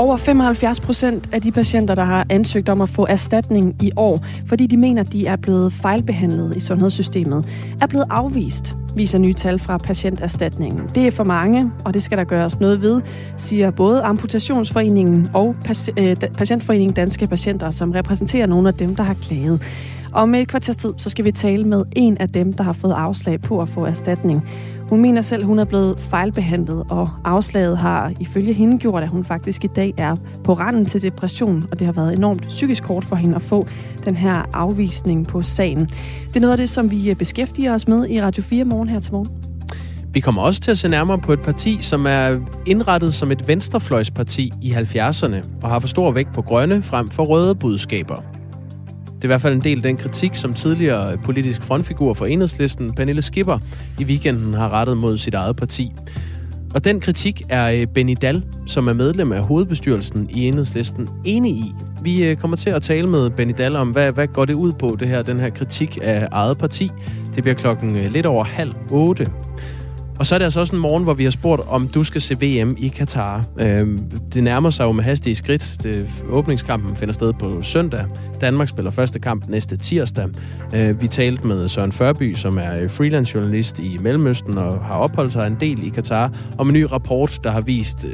Over 75% af de patienter, der har ansøgt om at få erstatning i år, fordi de mener, de er blevet fejlbehandlet i sundhedssystemet, er blevet afvist, viser nye tal fra Patienterstatningen. Det er for mange, og det skal der gøres noget ved, siger både Amputationsforeningen og Patientforeningen Danske Patienter, som repræsenterer nogle af dem, der har klaget. Om et kvarters tid, så skal vi tale med en af dem, der har fået afslag på at få erstatning. Hun mener selv, hun er blevet fejlbehandlet, og afslaget har ifølge hende gjort, at hun faktisk i dag er på randen til depression, og det har været enormt psykisk hårdt for hende at få den her afvisning på sagen. Det er noget af det, som vi beskæftiger os med i Radio 4 morgen her til morgen. Vi kommer også til at se nærmere på et parti, som er indrettet som et venstrefløjsparti i 70'erne, og har for stor vægt på grønne frem for røde budskaber. Det er i hvert fald en del af den kritik, som tidligere politisk frontfigur for Enhedslisten, Pernille Skipper, i weekenden har rettet mod sit eget parti. Og den kritik er Benny Dahl, som er medlem af hovedbestyrelsen i Enhedslisten, enig i. Vi kommer til at tale med Benny Dahl om, hvad går det ud på, den her kritik af eget parti. Det bliver klokken lidt over 7:30. Og så er det altså også en morgen, hvor vi har spurgt, om du skal se VM i Katar. Det nærmer sig jo med hastige skridt. Åbningskampen finder sted på søndag. Danmark spiller første kamp næste tirsdag. Vi talte med Søren Førby, som er freelance-journalist i Mellemøsten og har opholdt sig en del i Katar, om en ny rapport, der har vist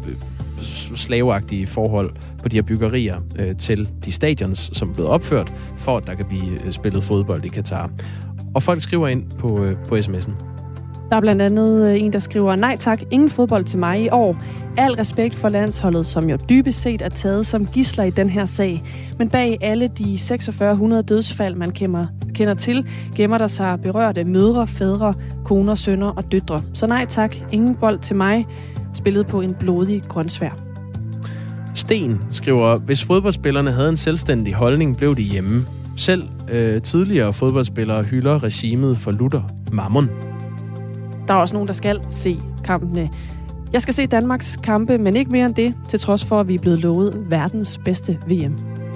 slaveagtige forhold på de her byggerier til de stadions, som er blevet opført, for at der kan blive spillet fodbold i Katar. Og folk skriver ind på sms'en. Der er blandt andet en, der skriver, nej tak, ingen fodbold til mig i år. Al respekt for landsholdet, som jo dybest set er taget som gidsler i den her sag. Men bag alle de 4600 dødsfald, man kender til, gemmer der sig berørte mødre, fædre, koner, sønner og døtre. Så nej tak, ingen bold til mig. Spillet på en blodig grønsvær. Sten skriver, hvis fodboldspillerne havde en selvstændig holdning, blev de hjemme. Selv tidligere fodboldspillere hylder regimet for Luther Mammon. Der er også nogen, der skal se kampene. Jeg skal se Danmarks kampe, men ikke mere end det, til trods for, at vi er blevet lovet verdens bedste VM.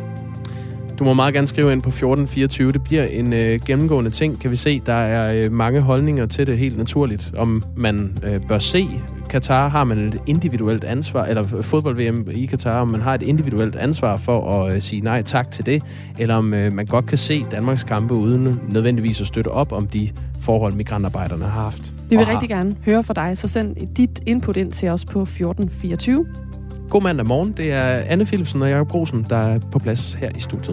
Du må meget gerne skrive ind på 1424. Det bliver en gennemgående ting, kan vi se. Der er mange holdninger til det, helt naturligt. Om man bør se Katar, har man et individuelt ansvar, eller fodbold-VM i Katar, om man har et individuelt ansvar for at sige nej tak til det, eller om man godt kan se Danmarks kampe uden nødvendigvis at støtte op om de forhold, migrantarbejderne har haft. Vi vil rigtig gerne høre fra dig, så send dit input ind til os på 1424. God mandag morgen. Det er Anne Philipsen og Jacob Grosen, der er på plads her i studiet.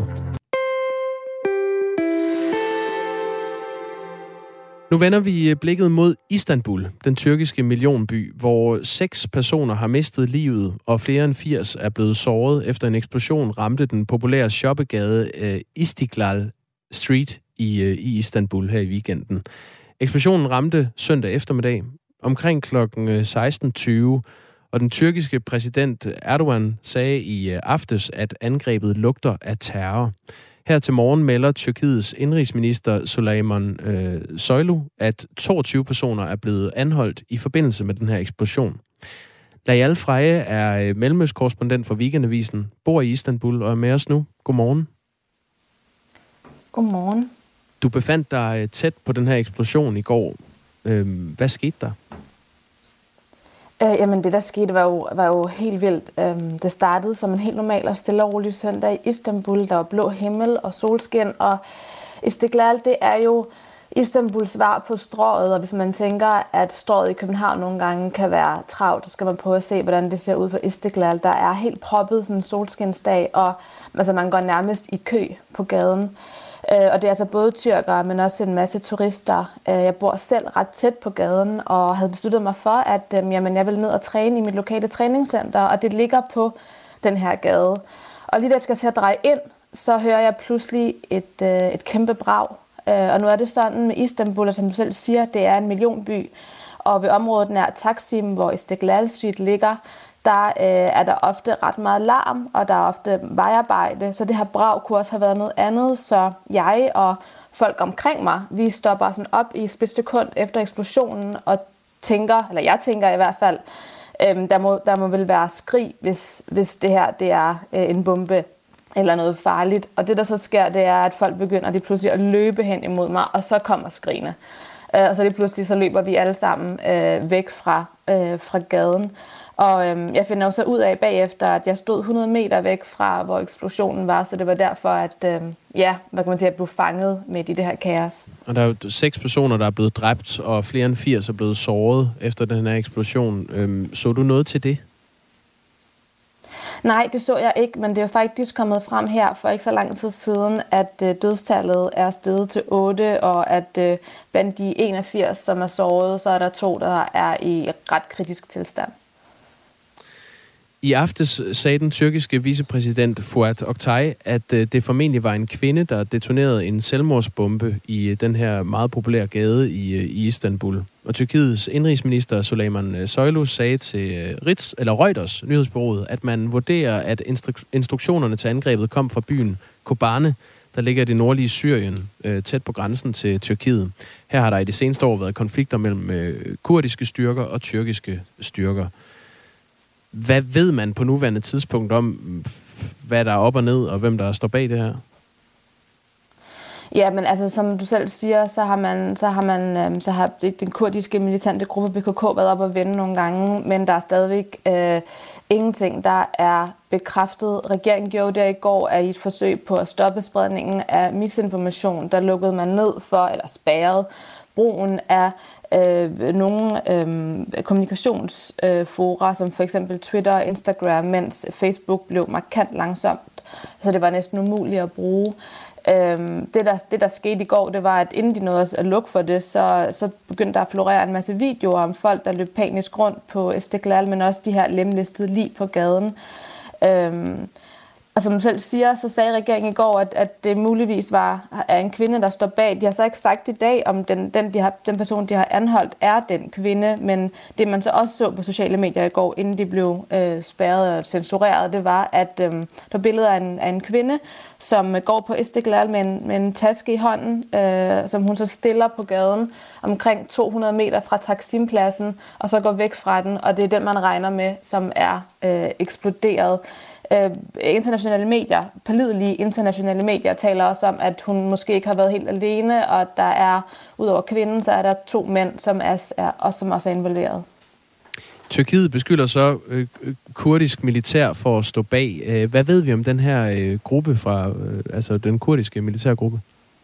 Nu vender vi blikket mod Istanbul, den tyrkiske millionby, hvor 6 personer har mistet livet, og flere end 80 er blevet såret efter en eksplosion ramte den populære shoppegade Istiklal Street i Istanbul her i weekenden. Eksplosionen ramte søndag eftermiddag omkring kl. 16:20, og den tyrkiske præsident Erdogan sagde i aftes, at angrebet lugter af terror. Her til morgen melder Tyrkiets indrigsminister Süleyman Soylu, at 22 personer er blevet anholdt i forbindelse med den her eksplosion. Layal Freje er mellemøstkorrespondent for Weekendavisen, bor i Istanbul og er med os nu. Godmorgen. Godmorgen. Du befandt dig tæt på den her eksplosion i går. Hvad skete der? Jamen det der skete var jo helt vildt. Det startede som en helt normal og stille og rolig søndag i Istanbul. Der var blå himmel og solskin, og Istiklal, det er jo Istanbuls svar på Strøget, og hvis man tænker, at Strøget i København nogle gange kan være travlt, så skal man prøve at se, hvordan det ser ud på Istiklal. Der er helt proppet sådan en solskinsdag, og altså, man går nærmest i kø på gaden. Og det er altså både tyrkere, men også en masse turister. Jeg bor selv ret tæt på gaden, og havde besluttet mig for, at jeg vil ned og træne i mit lokale træningscenter, og det ligger på den her gade. Og lige da jeg skal til at dreje ind, så hører jeg pludselig et kæmpe brag. Og nu er det sådan med Istanbul, som du selv siger, det er en millionby. Og ved området nær Taksim, hvor Istiklal Street ligger, der er der ofte ret meget larm, og der er ofte vejarbejde. Så det her brag kunne også have været noget andet. Så jeg og folk omkring mig, vi stopper sådan op i spidssekund efter eksplosionen og tænker, eller jeg tænker i hvert fald, der må vel være skrig, hvis det her det er en bombe eller noget farligt. Og det der så sker, det er, at folk begynder de pludselig at løbe hen imod mig, og så kommer skrigene. Og så lige pludselig så løber vi alle sammen væk fra gaden. Og jeg finder jo så ud af bagefter, at jeg stod 100 meter væk fra, hvor eksplosionen var, så det var derfor, at hvad kan man sige, at jeg blev fanget midt i det her kaos. Og der er jo 6 personer, der er blevet dræbt, og flere end 80 er blevet såret efter den her eksplosion. Så du noget til det? Nej, det så jeg ikke, men det er jo faktisk kommet frem her for ikke så lang tid siden, at dødstallet er steget til 8, og at blandt de 81, som er såret, så er der 2, der er i ret kritisk tilstand. I aftes sagde den tyrkiske vicepræsident Fuat Oktay, at det formentlig var en kvinde, der detonerede en selvmordsbombe i den her meget populære gade i Istanbul. Og Tyrkiets indrigsminister Süleyman Soylu sagde til Reuters nyhedsbureauet, at man vurderer, at instruktionerne til angrebet kom fra byen Kobane, der ligger i det nordlige Syrien, tæt på grænsen til Tyrkiet. Her har der i de seneste år været konflikter mellem kurdiske styrker og tyrkiske styrker. Hvad ved man på nuværende tidspunkt om, hvad der er op og ned, og hvem der står bag det her? Ja, men altså, som du selv siger, så har den kurdiske militante gruppe PKK været op og vende nogle gange, men der er stadigvæk ingenting, der er bekræftet. Regeringen gjorde der i går, at i et forsøg på at stoppe spredningen af misinformation, der lukkede man ned for, eller spærrede brugen af nogle kommunikationsfora, som for eksempel Twitter og Instagram, mens Facebook blev markant langsomt, så det var næsten umuligt at bruge. Det, der skete i går, det var, at inden de nåede at lukke for det, så begyndte der at florere en masse videoer om folk, der løb panisk rundt på Istiklal, men også de her lemlæstede lig på gaden. Og som du selv siger, så sagde regeringen i går, at det muligvis er en kvinde, der står bag. De har så ikke sagt i dag, om den person, de har anholdt, er den kvinde. Men det, man så også så på sociale medier i går, inden de blev spærret og censureret, det var, at der er billeder af en kvinde, som går på Istiklal med en taske i hånden, som hun så stiller på gaden omkring 200 meter fra Taksimpladsen, og så går væk fra den, og det er den, man regner med, som er eksploderet. Internationale medier, pålidelige internationale medier, taler også om, at hun måske ikke har været helt alene, og at der er, udover kvinden, så er der 2 mænd, som også er involveret. Tyrkiet beskylder så kurdisk militær for at stå bag. Hvad ved vi om den her gruppe fra, altså den kurdiske militærgruppe?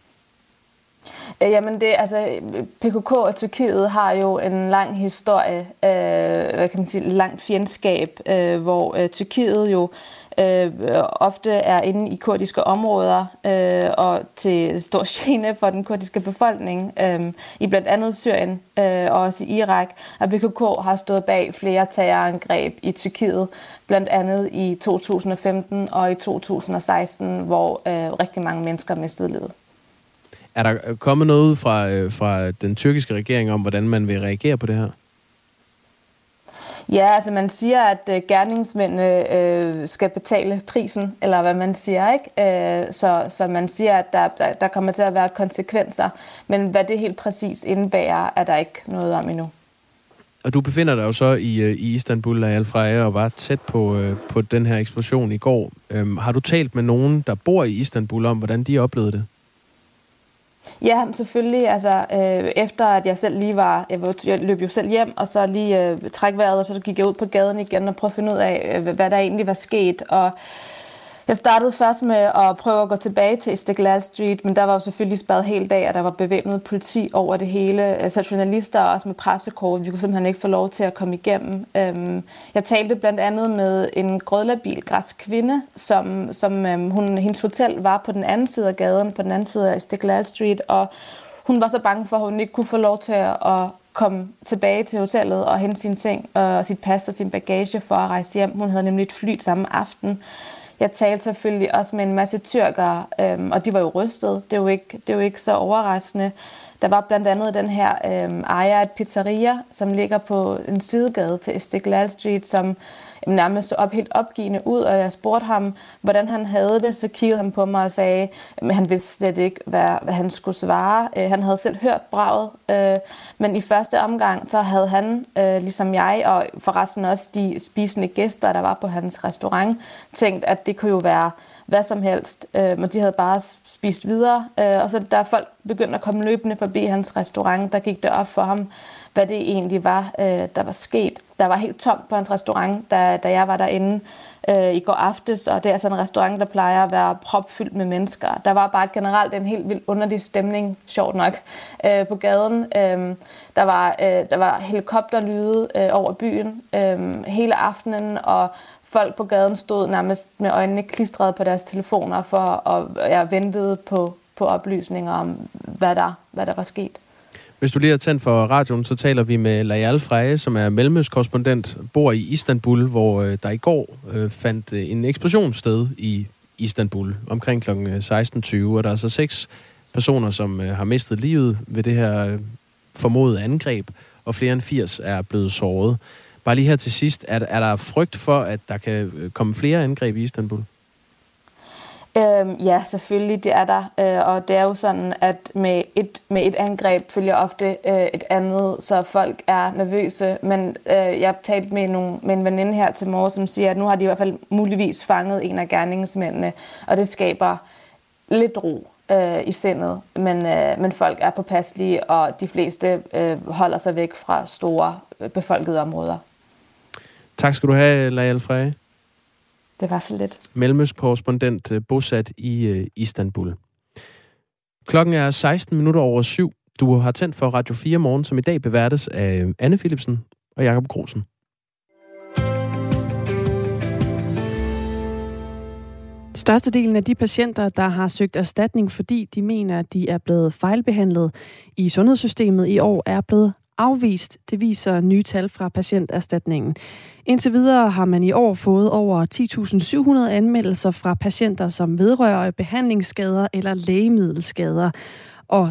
Jamen PKK og Tyrkiet har jo en lang historie, langt fjendskab, hvor Tyrkiet jo ofte er inde i kurdiske områder og til stor gene for den kurdiske befolkning i blandt andet Syrien og også i Irak. Og PKK har stået bag flere terrorangreb i Tyrkiet, blandt andet i 2015 og i 2016, hvor rigtig mange mennesker mistede livet. Er der kommet noget ud fra den tyrkiske regering om, hvordan man vil reagere på det her? Ja, altså man siger, at gerningsmændene skal betale prisen, eller hvad man siger, ikke? Så man siger, at der kommer til at være konsekvenser, men hvad det helt præcis indebærer, er der ikke noget om endnu. Og du befinder dig jo så i Istanbul, Al-Freja, og var tæt på den her eksplosion i går. Har du talt med nogen, der bor i Istanbul, om hvordan de oplevede det? Ja, selvfølgelig. Altså, efter at jeg selv lige jeg løb jo selv hjem, og så lige træk vejret, og så gik jeg ud på gaden igen og prøvede at finde ud af, hvad der egentlig var sket. Og jeg startede først med at prøve at gå tilbage til Istiklal Street, men der var jo selvfølgelig spærret hele dag, og der var bevæbnet politi over det hele. Så journalister også med pressekort, vi kunne simpelthen ikke få lov til at komme igennem. Jeg talte blandt andet med en grødlabil græsk kvinde, hendes hotel var på den anden side af gaden, på den anden side af Istiklal Street, og hun var så bange for, at hun ikke kunne få lov til at komme tilbage til hotellet og hente sine ting, og sit pas og sin bagage for at rejse hjem. Hun havde nemlig et fly samme aften. Jeg talte selvfølgelig også med en masse tyrkere, og de var jo rystet. Det er jo ikke så overraskende. Der var blandt andet den her ejer af et pizzeria, som ligger på en sidegade til Istiklal Street, som nærmest så helt opgivende ud, og jeg spurgte ham, hvordan han havde det, så kiggede han på mig og sagde, at han vidste slet ikke, hvad han skulle svare. Han havde selv hørt braget, men i første omgang, så havde han, ligesom jeg, og forresten også de spisende gæster, der var på hans restaurant, tænkt, at det kunne jo være hvad som helst, men de havde bare spist videre. Og så da folk begyndte at komme løbende forbi hans restaurant, der gik det op for ham, hvad det egentlig var, der var sket. Der var helt tomt på hans restaurant, da jeg var derinde i går aftes, og det er sådan en restaurant, der plejer at være propfyldt med mennesker. Der var bare generelt en helt vildt underlig stemning, sjovt nok, på gaden. Der var helikopterlyde over byen hele aftenen, og folk på gaden stod nærmest med øjnene klistret på deres telefoner for at ventede på oplysninger om, hvad der var sket. Hvis du lige har tændt for radioen, så taler vi med Layal Freje, som er mellemøstkorrespondent, bor i Istanbul, hvor der i går fandt en eksplosion sted i Istanbul omkring kl. 16.20, og der er altså 6 personer, som har mistet livet ved det her formodede angreb, og flere end 80 er blevet såret. Bare lige her til sidst, er der frygt for, at der kan komme flere angreb i Istanbul? Ja, selvfølgelig, det er der. Og det er jo sådan, at med et angreb følger ofte et andet, så folk er nervøse. Men jeg talte med en veninde her til morgen, som siger, at nu har de i hvert fald muligvis fanget en af gerningsmændene, og det skaber lidt ro i sindet. Men folk er påpasselige, og de fleste holder sig væk fra store befolkede områder. Tak skal du have, Layal Freje. Det var så lidt. Mellemøstkorrespondent bosat i Istanbul. Klokken er 7:16. Du har tændt for Radio 4 Morgen, som i dag beværtes af Anne Philipsen og Jakob Grosen. Størstedelen af de patienter, der har søgt erstatning, fordi de mener, at de er blevet fejlbehandlet i sundhedssystemet i år, er blevet afvist. Det viser nye tal fra patienterstatningen. Indtil videre har man i år fået over 10.700 anmeldelser fra patienter, som vedrører behandlingsskader eller lægemiddelskader. Og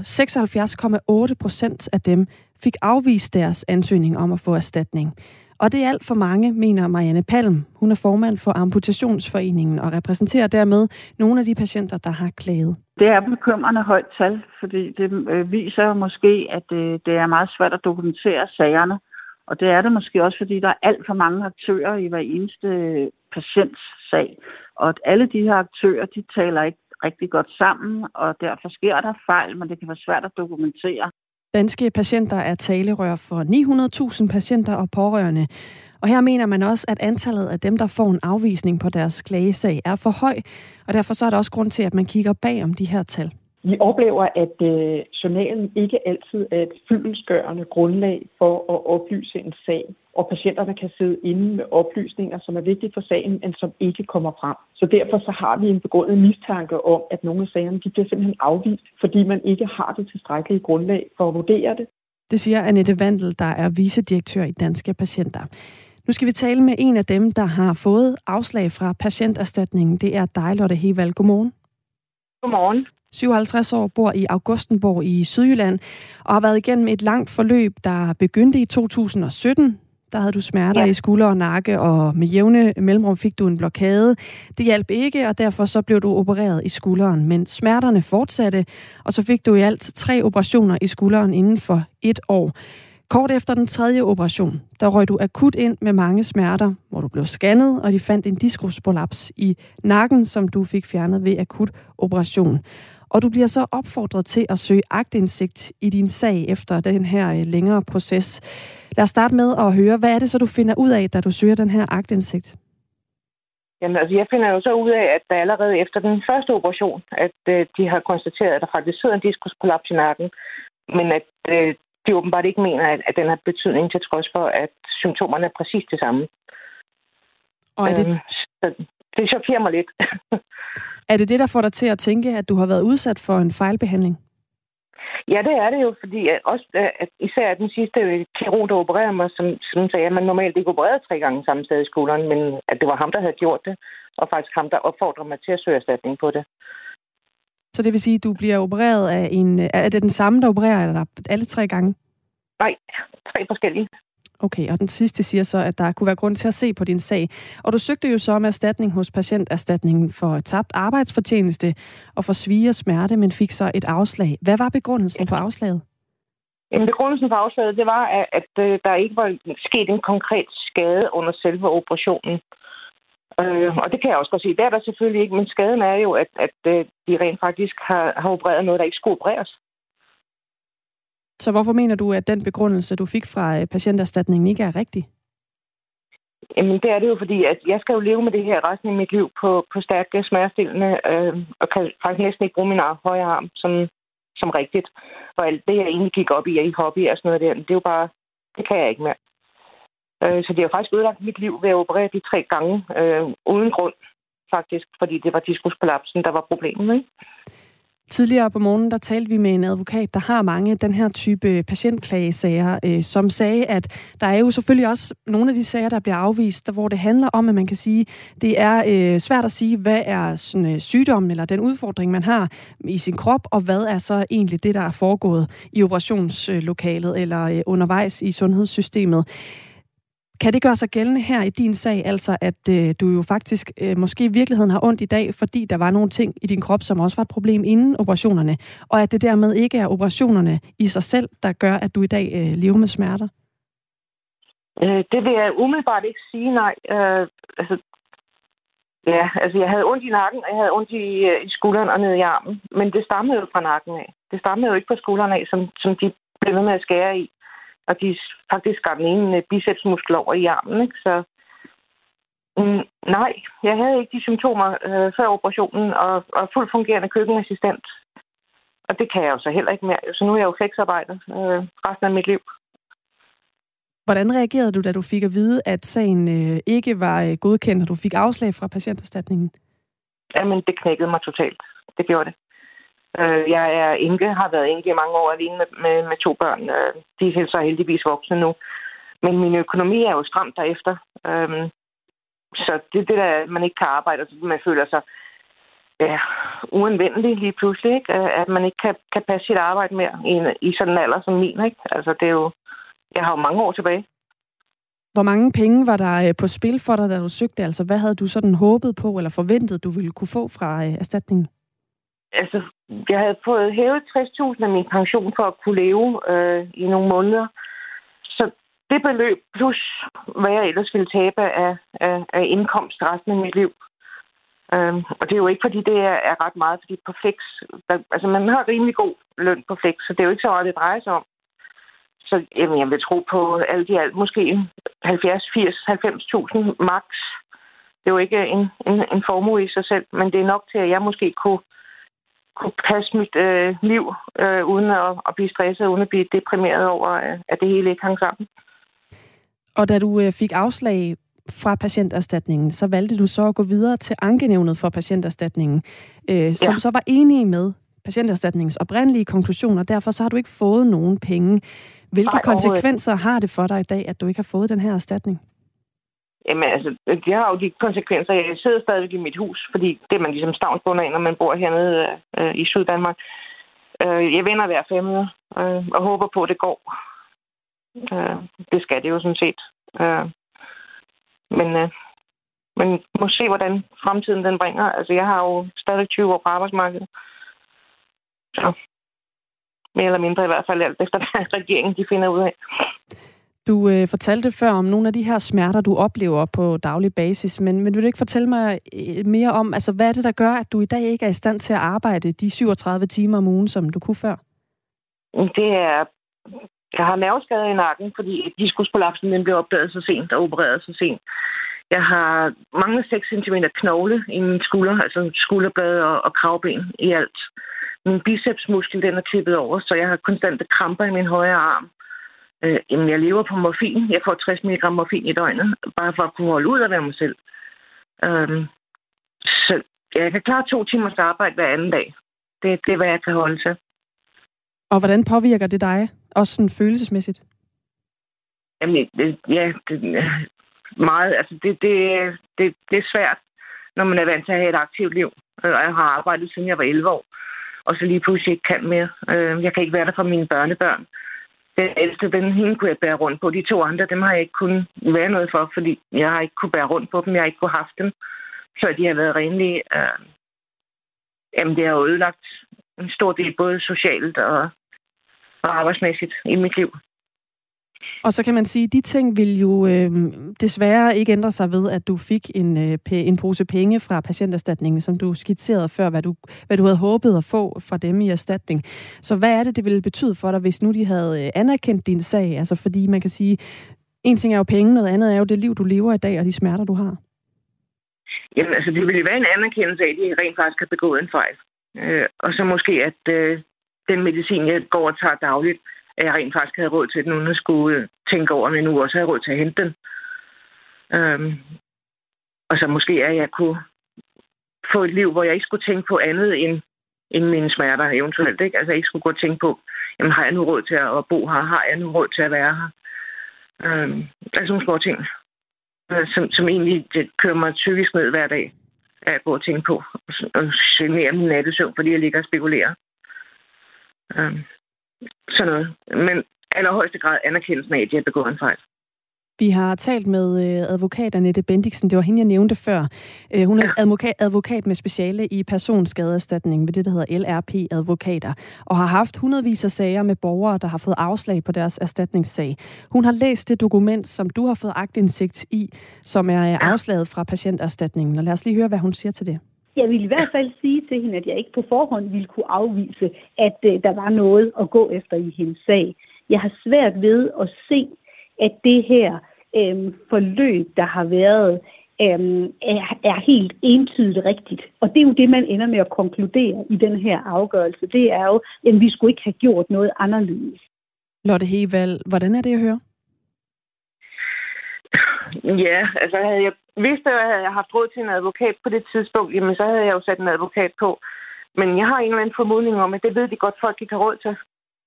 76,8% af dem fik afvist deres ansøgning om at få erstatning. Og det er alt for mange, mener Marianne Palm. Hun er formand for Amputationsforeningen og repræsenterer dermed nogle af de patienter, der har klaget. Det er bekymrende højt tal, fordi det viser måske, at det er meget svært at dokumentere sagerne. Og det er det måske også, fordi der er alt for mange aktører i hver eneste patients sag. Og at alle de her aktører, de taler ikke rigtig godt sammen, og derfor sker der fejl, men det kan være svært at dokumentere. Danske patienter er talerør for 900.000 patienter og pårørende. Og her mener man også, at antallet af dem, der får en afvisning på deres klagesag, er for høj. Og derfor så er der også grund til, at man kigger bag om de her tal. Vi oplever, at journalen ikke altid er et fyldestgørende grundlag for at oplyse en sag, og patienterne kan sidde inde med oplysninger, som er vigtige for sagen, men som ikke kommer frem. Så derfor så har vi en begrundet mistanke om, at nogle af sagerne de bliver simpelthen afvist, fordi man ikke har det tilstrækkelige grundlag for at vurdere det. Det siger Annette Vandel, der er vicedirektør i Danske Patienter. Nu skal vi tale med en af dem, der har fået afslag fra patienterstatningen. Det er dig, Lotte Hevald. Godmorgen. Godmorgen. 57 år, bor i Augustenborg i Sydjylland og har været igennem et langt forløb, der begyndte i 2017. Der havde du smerter i skulder og nakke, og med jævne mellemrum fik du en blokade. Det hjalp ikke, og derfor så blev du opereret i skulderen. Men smerterne fortsatte, og så fik du i alt 3 operationer i skulderen inden for 1 år. Kort efter den 3. operation, der røg du akut ind med mange smerter, hvor du blev scannet, og de fandt en diskusprolaps i nakken, som du fik fjernet ved akut operation. Og du bliver så opfordret til at søge aktindsigt i din sag efter den her længere proces. Lad os starte med at høre, hvad er det så, du finder ud af, da du søger den her aktindsigt? Jamen altså, jeg finder jo så ud af, at der allerede efter den første operation, at de har konstateret, at der faktisk sidder en diskusprolaps i nakken, men at de åbenbart ikke mener, at den har betydning til trods for, at symptomerne er præcis det samme. Og er det... Så det chokerer mig lidt. Er det det, der får dig til at tænke, at du har været udsat for en fejlbehandling? Ja, det er det jo, fordi at især den sidste kirurg, der opererede mig, som sagde, at man normalt ikke opererede 3 gange samme sted i skulderen, men at det var ham, der havde gjort det, og faktisk ham, der opfordrede mig til at søge erstatning på det. Så det vil sige, at du bliver opereret af er det den samme, der opererer dig alle 3 gange? Nej, 3 forskellige. Okay, og den sidste siger så, at der kunne være grund til at se på din sag. Og du søgte jo så om erstatning hos Patienterstatningen for tabt arbejdsfortjeneste og for svie og smerte, men fik så et afslag. Hvad var begrundelsen på afslaget? Begrundelsen for afslaget, det var, at der ikke var sket en konkret skade under selve operationen. Og det kan jeg også godt sige. Det er der selvfølgelig ikke, men skaden er jo, at de rent faktisk har opereret noget, der ikke skulle opereres. Så hvorfor mener du, at den begrundelse, du fik fra Patienterstatningen, ikke er rigtig? Jamen, det er det jo, fordi at jeg skal jo leve med det her resten af mit liv på stærke smertestillende, og kan faktisk næsten ikke bruge min højre arm som rigtigt. Og alt det, jeg egentlig gik op i hobby og sådan noget der, det er jo bare, det kan jeg ikke mere. Så det har faktisk ødelagt mit liv ved at operere de 3 gange, uden grund faktisk, fordi det var diskusprolapsen, der var problemet, ikke? Tidligere på morgenen, der talte vi med en advokat, der har mange den her type patientklagesager, som sagde, at der er jo selvfølgelig også nogle af de sager, der bliver afvist, hvor det handler om, at man kan sige, det er svært at sige, hvad er sådan, sygdommen eller den udfordring, man har i sin krop, og hvad er så egentlig det, der er foregået i operationslokalet eller undervejs i sundhedssystemet. Kan det gøre sig gældende her i din sag, altså at du jo faktisk måske i virkeligheden har ondt i dag, fordi der var nogle ting i din krop, som også var et problem inden operationerne, og at det dermed ikke er operationerne i sig selv, der gør, at du i dag lever med smerter? Det vil jeg umiddelbart ikke sige, nej. Jeg havde ondt i nakken, og jeg havde ondt i skulderen og ned i armen, men det stammede jo fra nakken af. Det stammede jo ikke fra skulderen af, som de blev ved med at skære i. Og de faktisk skar den ene bicepsmuskel over i armen, ikke? Så nej, jeg havde ikke de symptomer før operationen, og fuldt fungerende køkkenassistent. Og det kan jeg jo så heller ikke mere. Så nu er jeg jo flexarbejder resten af mit liv. Hvordan reagerede du, da du fik at vide, at sagen ikke var godkendt, og du fik afslag fra Patienterstatningen? Jamen, det knækkede mig totalt. Det gjorde det. Jeg er enke, har været enke i mange år alene med 2 børn. De er så heldigvis voksne nu. Men min økonomi er jo stramt derefter. Så det der, man ikke kan arbejde, så man føler sig uanvendelig lige pludselig, ikke? At man ikke kan passe sit arbejde mere i sådan en alder som min, ikke? Altså, det er jo, jeg har jo mange år tilbage. Hvor mange penge var der på spil for dig, da du søgte? Altså, hvad havde du sådan håbet på eller forventet, du ville kunne få fra erstatningen? Altså, jeg havde fået hævet 60.000 af min pension for at kunne leve i nogle måneder. Så det beløb, plus hvad jeg ellers ville tabe af indkomst resten af mit liv. Og det er jo ikke, fordi det er ret meget, fordi på Flex, altså man har rimelig god løn på Flex, så det er jo ikke så meget, det drejer sig om. Så jeg vil tro på alt i alt, måske 70, 80, 90.000 max. Det er jo ikke en formue i sig selv, men det er nok til, at jeg måske kunne passe mit liv uden at blive stresset, uden at blive deprimeret over, at det hele ikke hang sammen. Og da du fik afslag fra Patienterstatningen, så valgte du så at gå videre til Ankenævnet for Patienterstatningen, som så var enige med Patienterstatningens oprindelige konklusioner. Derfor så har du ikke fået nogen penge. Hvilke konsekvenser har det for dig i dag, at du ikke har fået den her erstatning? Jamen altså, det har jo de konsekvenser. Jeg sidder stadigvæk i mit hus, fordi det er man ligesom stavnsbunder af, når man bor hernede i Syddanmark. Jeg vender hver 5 uger og håber på, at det går. Det skal det jo sådan set. Men må se, hvordan fremtiden den bringer. Altså, jeg har jo stadig 20 år på arbejdsmarkedet. Så mere eller mindre i hvert fald alt efter, hvad regeringen de finder ud af. Du fortalte før om nogle af de her smerter, du oplever på daglig basis, men vil du ikke fortælle mig mere om, altså hvad er det, der gør, at du i dag ikke er i stand til at arbejde de 37 timer om ugen, som du kunne før? Det er, jeg har nerveskade i nakken, fordi diskusprolapsen den blev opdaget så sent og opereret så sent. Jeg har manglet 6 cm knogle i min skulder, altså skulderblad og kravben i alt. Min bicepsmuskel den er tippet over, så jeg har konstante kramper i min højre arm. Jeg lever på morfin. Jeg får 60 mg morfin i døgnet, bare for at kunne holde ud af mig selv. Så jeg kan klare 2 timers arbejde hver anden dag. Det er, hvad jeg kan holde til. Og hvordan påvirker det dig? Også sådan følelsesmæssigt? Jamen, meget. Altså, det er svært, når man er vant til at have et aktivt liv. Og jeg har arbejdet, siden jeg var 11 år. Og så lige pludselig ikke kan mere. Jeg kan ikke være der for mine børnebørn. Den ældste, hende kunne jeg bære rundt på. De 2 andre, dem har jeg ikke kunnet være noget for, fordi jeg har ikke kunne bære rundt på dem. Jeg har ikke kunne haft dem, før de har været renlige. Jamen, det har jo ødelagt en stor del, både socialt og arbejdsmæssigt i mit liv. Og så kan man sige, at de ting vil jo desværre ikke ændre sig ved, at du fik en pose penge fra patienterstatningen, som du skitserede før, hvad du havde håbet at få fra dem i erstatning. Så hvad er det ville betyde for dig, hvis nu de havde anerkendt din sag? Altså fordi man kan sige, en ting er jo penge, noget andet er jo det liv, du lever i dag, og de smerter, du har. Jamen altså, det ville være en anerkendelse af, at de rent faktisk har begået en fejl. Og så måske, at den medicin, jeg går og tager dagligt, at jeg rent faktisk havde råd til den, uden at skulle tænke over, men nu også havde råd til at hente den. Og så måske, at jeg kunne få et liv, hvor jeg ikke skulle tænke på andet end mine smerter eventuelt. Ikke? Altså, jeg ikke skulle gå og tænke på, jamen, har jeg nu råd til at bo her? Har jeg nu råd til at være her? Altså nogle små ting, som egentlig kører mig psykisk ned hver dag, at gå og tænke på. Og genere min nattesøvn, fordi jeg ligger og spekulerer. Sådan noget. Men allerhøjeste grad anerkendelsen af, at de har begået en fejl. Vi har talt med advokat Annette Bendixen. Det var hende, jeg nævnte før. Hun er advokat med speciale i personskadeerstatning ved det, der hedder LRP-advokater, og har haft hundredvis af sager med borgere, der har fået afslag på deres erstatningssag. Hun har læst det dokument, som du har fået aktindsigt i, som er afslaget fra patienterstatningen. Og lad os lige høre, hvad hun siger til det. Jeg vil i hvert fald sige til hende, at jeg ikke på forhånd ville kunne afvise, at der var noget at gå efter i hendes sag. Jeg har svært ved at se, at det her forløb, der har været, er helt entydigt rigtigt. Og det er jo det, man ender med at konkludere i den her afgørelse. Det er jo, at vi skulle ikke have gjort noget anderledes. Lotte Hewald, hvordan er det at høre? Ja, altså havde jeg vidst, at jeg havde haft råd til en advokat på det tidspunkt, jamen så havde jeg jo sat en advokat på. Men jeg har en eller anden formodning om, at det ved de godt, folk ikke har råd til.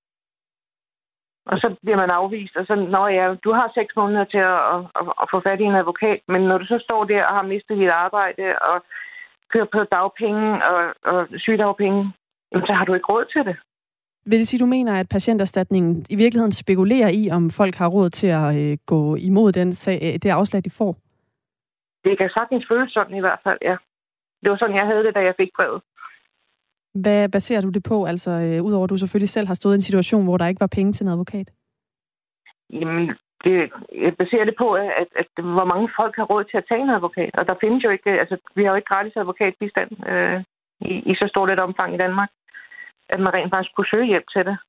Og så bliver man afvist, og så, du har 6 måneder til at få fat i en advokat, men når du så står der og har mistet dit arbejde, og kører på dagpenge og sygedagpenge, så har du ikke råd til det. Vil det sige, du mener, at patienterstatningen i virkeligheden spekulerer i, om folk har råd til at gå imod det afslag, de får? Det kan sagtens føles sådan i hvert fald, ja. Det var sådan, jeg havde det, da jeg fik brevet. Hvad baserer du det på? Altså, udover at du selvfølgelig selv har stået i en situation, hvor der ikke var penge til en advokat? Jamen, jeg baserer det på, at hvor mange folk har råd til at tage en advokat. Og der findes jo ikke, altså, vi har jo ikke gratis advokatbistand i så stort et omfang i Danmark, at man rent faktisk kunne søge hjælp til det.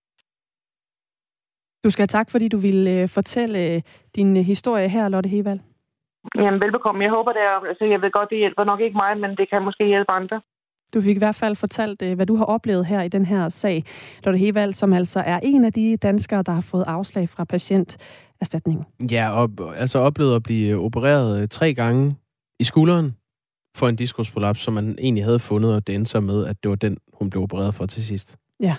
Du skal have tak, fordi du ville fortælle din historie her, Lotte Hewald. Jamen, velbekomme. Jeg håber, jeg ved godt, det hjælper nok ikke mig, men det kan måske hjælpe andre. Du fik i hvert fald fortalt, hvad du har oplevet her i den her sag. Lotte Hewald, som altså er en af de danskere, der har fået afslag fra patienterstatningen. Ja, og altså oplevet at blive opereret 3 gange i skulderen for en diskusprolaps, som man egentlig havde fundet, og det endte så med, at det var den, hun blev opereret for til sidst. Ja.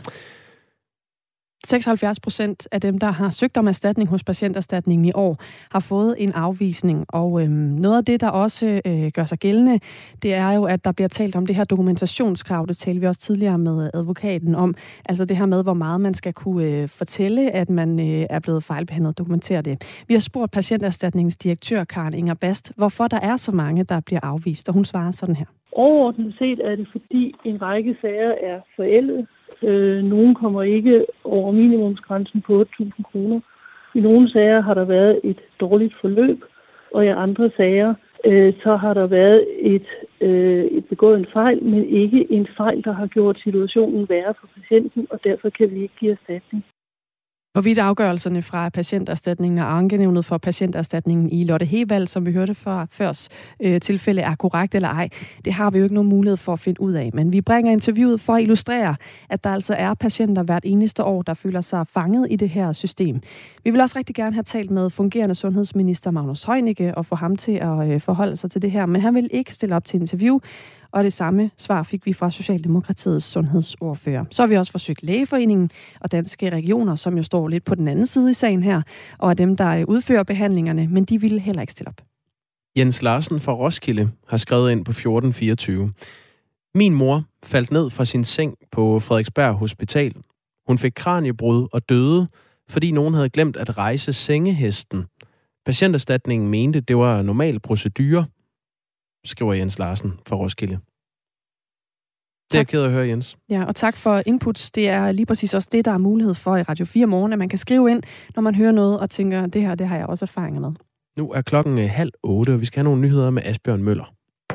76% af dem, der har søgt om erstatning hos patienterstatningen i år, har fået en afvisning. Og noget af det, der også gør sig gældende, det er jo, at der bliver talt om det her dokumentationskrav. Det talte vi også tidligere med advokaten om. Altså det her med, hvor meget man skal kunne fortælle, at man er blevet fejlbehandlet og dokumentere det. Vi har spurgt patienterstatningens direktør, Karen Inger Bast, hvorfor der er så mange, der bliver afvist. Og hun svarer sådan her. Overordnet set er det, fordi en række sager er forældet. Nogle kommer ikke over minimumsgrænsen på 8.000 kroner. I nogle sager har der været et dårligt forløb, og i andre sager så har der været et begået en fejl, men ikke en fejl, der har gjort situationen værre for patienten, og derfor kan vi ikke give erstatning. Hvorvidt afgørelserne fra patienterstatningen og ankenævnet for patienterstatningen i Lotte Hewald, som vi hørte fra først tilfælde, er korrekt eller ej, det har vi jo ikke nogen mulighed for at finde ud af. Men vi bringer interviewet for at illustrere, at der altså er patienter hvert eneste år, der føler sig fanget i det her system. Vi vil også rigtig gerne have talt med fungerende sundhedsminister Magnus Heunicke og få ham til at forholde sig til det her, men han vil ikke stille op til interview. Og det samme svar fik vi fra Socialdemokratiets sundhedsordfører. Så har vi også forsøgt Lægeforeningen og Danske Regioner, som jo står lidt på den anden side i sagen her, og er dem, der udfører behandlingerne, men de ville heller ikke stille op. Jens Larsen fra Roskilde har skrevet ind på 1424. Min mor faldt ned fra sin seng på Frederiksberg Hospital. Hun fik kraniebrud og døde, fordi nogen havde glemt at rejse sengehesten. Patienterstatningen mente, det var normal procedure, skriver Jens Larsen fra Roskilde. Det er jeg ked af at høre, Jens. Ja, og tak for inputs. Det er lige præcis også det, der er mulighed for i Radio 4 Morgen, at man kan skrive ind, når man hører noget og tænker, det har jeg også erfaringer med. Nu er klokken 7:30, og vi skal have nogle nyheder med Asbjørn Møller.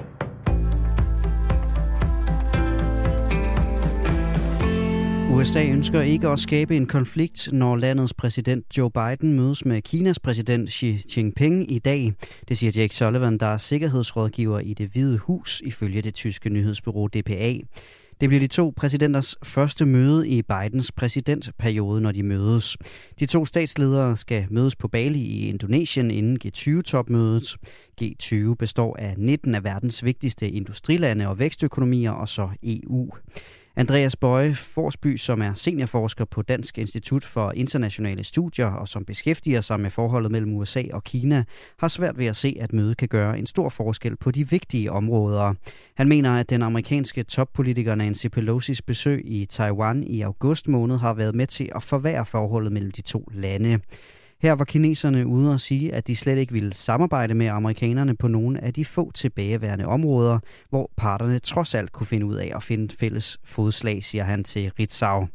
USA ønsker ikke at skabe en konflikt, når landets præsident Joe Biden mødes med Kinas præsident Xi Jinping i dag. Det siger Jake Sullivan, der er sikkerhedsrådgiver i Det Hvide Hus, ifølge det tyske nyhedsbureau DPA. Det bliver de to præsidenters første møde i Bidens præsidentperiode, når de mødes. De to statsledere skal mødes på Bali i Indonesien inden G20-topmødet. G20 består af 19 af verdens vigtigste industrilande og vækstøkonomier, og så EU. Andreas Bøje Forsby, som er seniorforsker på Dansk Institut for Internationale Studier og som beskæftiger sig med forholdet mellem USA og Kina, har svært ved at se, at mødet kan gøre en stor forskel på de vigtige områder. Han mener, at den amerikanske toppolitiker Nancy Pelosis besøg i Taiwan i august måned har været med til at forværre forholdet mellem de to lande. Her var kineserne ude at sige, at de slet ikke ville samarbejde med amerikanerne på nogle af de få tilbageværende områder, hvor parterne trods alt kunne finde ud af at finde fælles fodslag, siger han til Ritzau.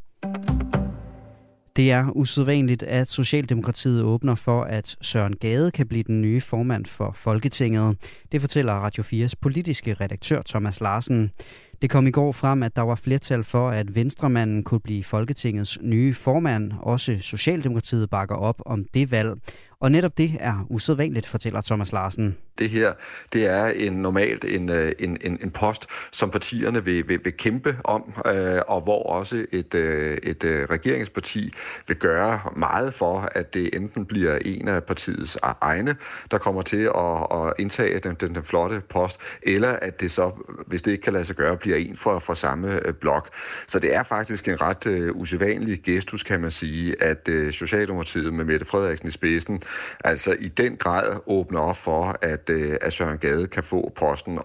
Det er usædvanligt, at Socialdemokratiet åbner for, at Søren Gade kan blive den nye formand for Folketinget. Det fortæller Radio 4's politiske redaktør Thomas Larsen. Det kom i går frem, at der var flertal for, at Venstremanden kunne blive Folketingets nye formand. Også Socialdemokratiet bakker op om det valg. Og netop det er usædvanligt, fortæller Thomas Larsen. Det her, det er normalt en post, som partierne vil kæmpe om, og hvor også et regeringsparti vil gøre meget for, at det enten bliver en af partiets egne, der kommer til at indtage den flotte post, eller at det så, hvis det ikke kan lade sig gøre, bliver en fra samme blok. Så det er faktisk en ret usædvanlig gestus, kan man sige, at Socialdemokratiet med Mette Frederiksen i spidsen altså i den grad åbner op for, at Søren Gade kan få posten.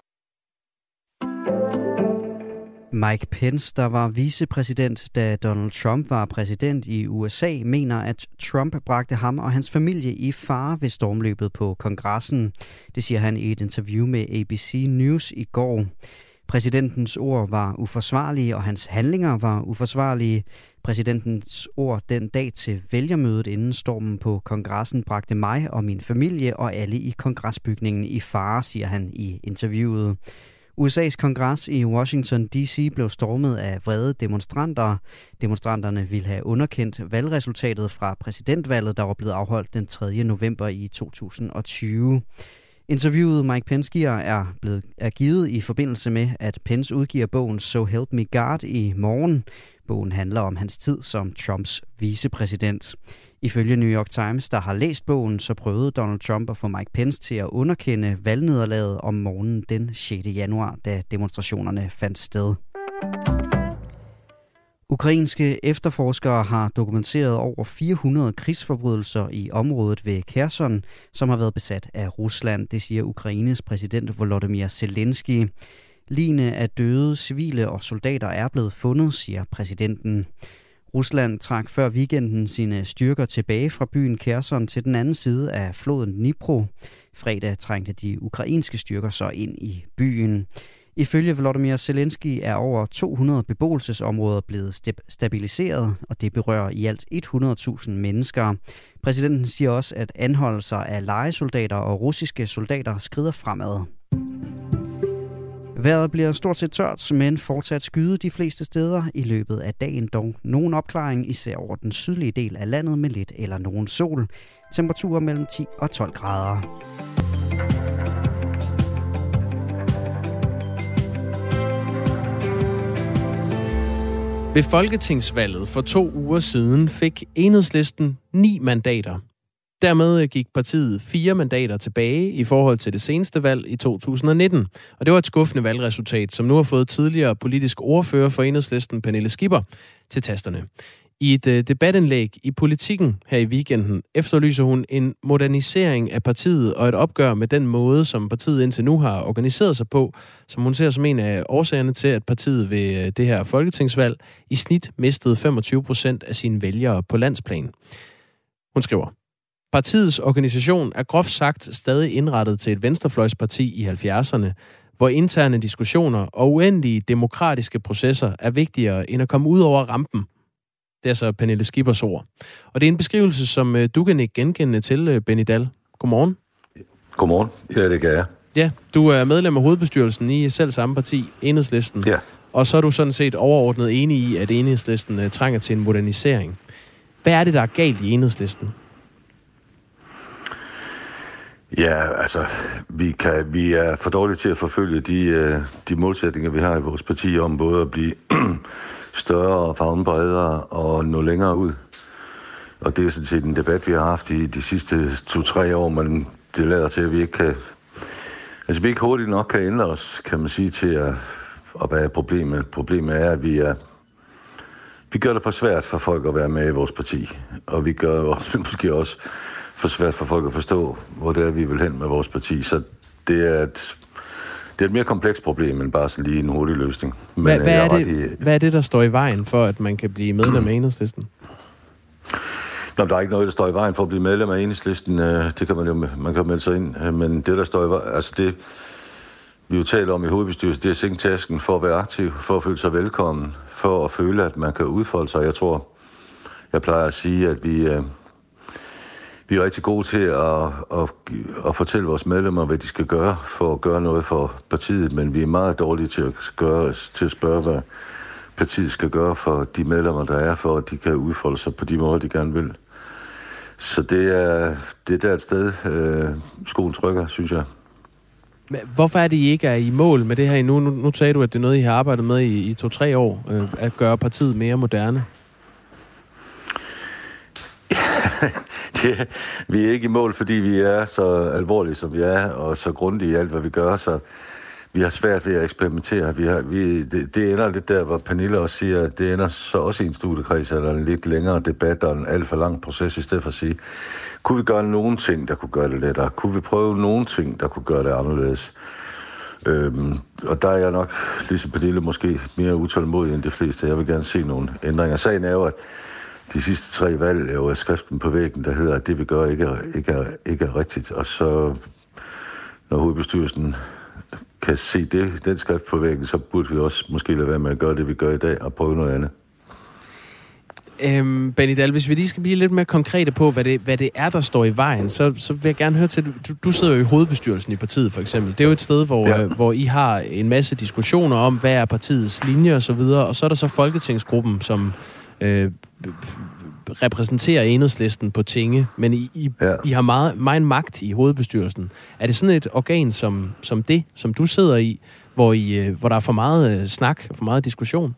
Mike Pence, der var vicepræsident, da Donald Trump var præsident i USA, mener, at Trump bragte ham og hans familie i fare ved stormløbet på kongressen. Det siger han i et interview med ABC News i går. Præsidentens ord var uforsvarlige, og hans handlinger var uforsvarlige. Præsidentens ord den dag til vælgermødet inden stormen på kongressen bragte mig og min familie og alle i kongresbygningen i fare, siger han i interviewet. USA's kongres i Washington D.C. blev stormet af vrede demonstranter. Demonstranterne ville have underkendt valgresultatet fra præsidentvalget, der var blevet afholdt den 3. november i 2020. Interviewet Mike Pence giver er givet i forbindelse med, at Pence udgiver bogen So Help Me God i morgen. Bogen handler om hans tid som Trumps vicepræsident. Ifølge New York Times, der har læst bogen, så prøvede Donald Trump at få Mike Pence til at underkende valgnederlaget om morgenen den 6. januar, da demonstrationerne fandt sted. Ukrainske efterforskere har dokumenteret over 400 krigsforbrydelser i området ved Kherson, som har været besat af Rusland. Det siger Ukraines præsident Volodymyr Zelensky. Ligene af døde civile og soldater er blevet fundet, siger præsidenten. Rusland trak før weekenden sine styrker tilbage fra byen Kherson til den anden side af floden Dnipro. Fredag trængte de ukrainske styrker så ind i byen. Ifølge Volodymyr Zelensky er over 200 beboelsesområder blevet stabiliseret, og det berører i alt 100.000 mennesker. Præsidenten siger også, at anholdelser af lejesoldater og russiske soldater skrider fremad. Vejret bliver stort set tørt, men fortsat skyde de fleste steder i løbet af dagen. Dog nogen opklaring, især over den sydlige del af landet med lidt eller nogen sol. Temperaturer mellem 10 og 12 grader. Ved folketingsvalget for 2 uger siden fik Enhedslisten 9 mandater. Dermed gik partiet 4 mandater tilbage i forhold til det seneste valg i 2019. Og det var et skuffende valgresultat, som nu har fået tidligere politisk ordfører for Enhedslisten, Pernille Skipper, til tasterne. I et debatindlæg i Politikken her i weekenden efterlyser hun en modernisering af partiet og et opgør med den måde, som partiet indtil nu har organiseret sig på, som hun ser som en af årsagerne til, at partiet ved det her folketingsvalg i snit mistede 25% af sine vælgere på landsplan. Hun skriver, partiets organisation er groft sagt stadig indrettet til et venstrefløjsparti i 70'erne, hvor interne diskussioner og uendelige demokratiske processer er vigtigere end at komme ud over rampen. Det er så Pernille Skippers ord. Og det er en beskrivelse, som du kan ikke genkende til, Benny Dahl. Godmorgen. Godmorgen. Ja, det kan jeg. Ja, du er medlem af hovedbestyrelsen i selv samme parti, Enhedslisten. Ja. Og så er du sådan set overordnet enig i, at Enhedslisten trænger til en modernisering. Hvad er det, der er galt i Enhedslisten? Ja, altså, vi er for dårlige til at forfølge de målsætninger, vi har i vores parti, om både at blive større og favne bredere og nå længere ud. Og det er sådan set en debat, vi har haft i de sidste 2-3 år, men det lader til, at vi ikke kan... Altså, vi ikke hurtigt nok kan ændre os, kan man sige, til at være problemet. Problemet er, at vi gør det for svært for folk at være med i vores parti. Og vi gør måske også for svært for folk at forstå, hvor det er, vi vil hen med vores parti. Så det er et mere komplekst problem, end bare sådan lige en hurtig løsning. Men, hvad er det, der står i vejen for, at man kan blive medlem af Enhedslisten? Nå, der er ikke noget, der står i vejen for at blive medlem af Enhedslisten. Det kan man kan melde sig ind. Men det, der står i vejen, altså det, vi jo taler om i hovedbestyrelsen, det er at sænke tasken for at være aktiv, for at føle sig velkommen, for at føle, at man kan udfolde sig. Jeg plejer at sige, at vi er rigtig gode til at fortælle vores medlemmer, hvad de skal gøre for at gøre noget for partiet, men vi er meget dårlige til at spørge, hvad partiet skal gøre for de medlemmer, der er, for at de kan udfolde sig på de måder, de gerne vil. Så det er der et sted, skoen trykker, synes jeg. Hvorfor er det, I ikke er i mål med det her endnu? Nu sagde du, at det er noget, I har arbejdet med i 2-3 år, at gøre partiet mere moderne. Vi er ikke i mål, fordi vi er så alvorlige, som vi er, og så grundige i alt, hvad vi gør, så vi har svært ved at eksperimentere. Det ender lidt der, hvor Pernille også siger, at det ender så også i en studiekreds, eller en lidt længere debat og en alt for lang proces, i stedet for at sige, kunne vi gøre nogle ting, der kunne gøre det lettere? Kunne vi prøve nogle ting, der kunne gøre det anderledes? Og der er jeg nok, ligesom Pernille, måske mere utålmodig end de fleste. Jeg vil gerne se nogle ændringer. Sagen er jo, at de sidste 3 valg er jo skriften på væggen, der hedder, at det vi gør ikke er rigtigt. Og så, når hovedbestyrelsen kan se den skrift på væggen, så burde vi også måske lade være med at gøre det, vi gør i dag, og prøve noget andet. Benny Dahl, hvis vi lige skal blive lidt mere konkrete på, hvad det er, der står i vejen, så vil jeg gerne høre til, du sidder jo i hovedbestyrelsen i partiet, for eksempel. Det er jo et sted, hvor I har en masse diskussioner om, hvad er partiets linje og så videre, og så er der så Folketingsgruppen, som repræsenterer Enhedslisten på tinge, men I har meget magt i hovedbestyrelsen. Er det sådan et organ som det, som du sidder i, hvor der er for meget snak og for meget diskussion?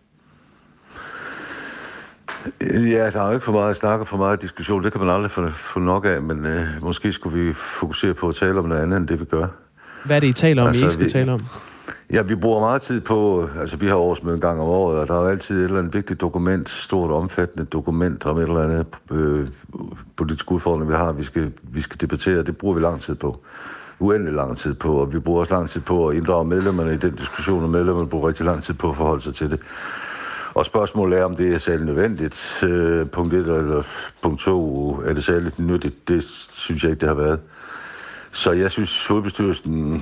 Ja, der er jo ikke for meget snak og for meget diskussion. Det kan man aldrig få nok af, men måske skulle vi fokusere på at tale om noget andet, end det vi gør. Hvad er det, I taler om, I ikke skal tale om? Ja, vi bruger meget tid på, altså vi har årsmøde en gang om året, og der er jo altid et eller andet vigtigt dokument, stort omfattende dokument om et eller andet politisk udfordring, vi har, vi skal debattere. Det bruger vi lang tid på. Uendelig lang tid på, og vi bruger også lang tid på at inddrage medlemmerne i den diskussion, og medlemmerne bruger rigtig lang tid på at forholde sig til det. Og spørgsmålet er, om det er særlig nødvendigt. Punkt 1 eller punkt 2, er det særlig nyttigt? Det synes jeg ikke, det har været. Så jeg synes, hovedbestyrelsen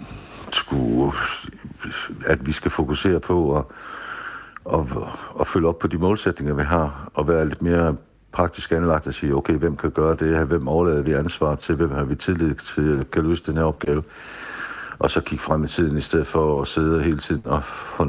at vi skal fokusere på at følge op på de målsætninger, vi har, og være lidt mere praktisk anlagt at sige, okay, hvem kan gøre det her, hvem overlader vi ansvar til, hvem har vi tillid til, kan løse den her opgave, og så kigge frem i tiden, i stedet for at sidde hele tiden og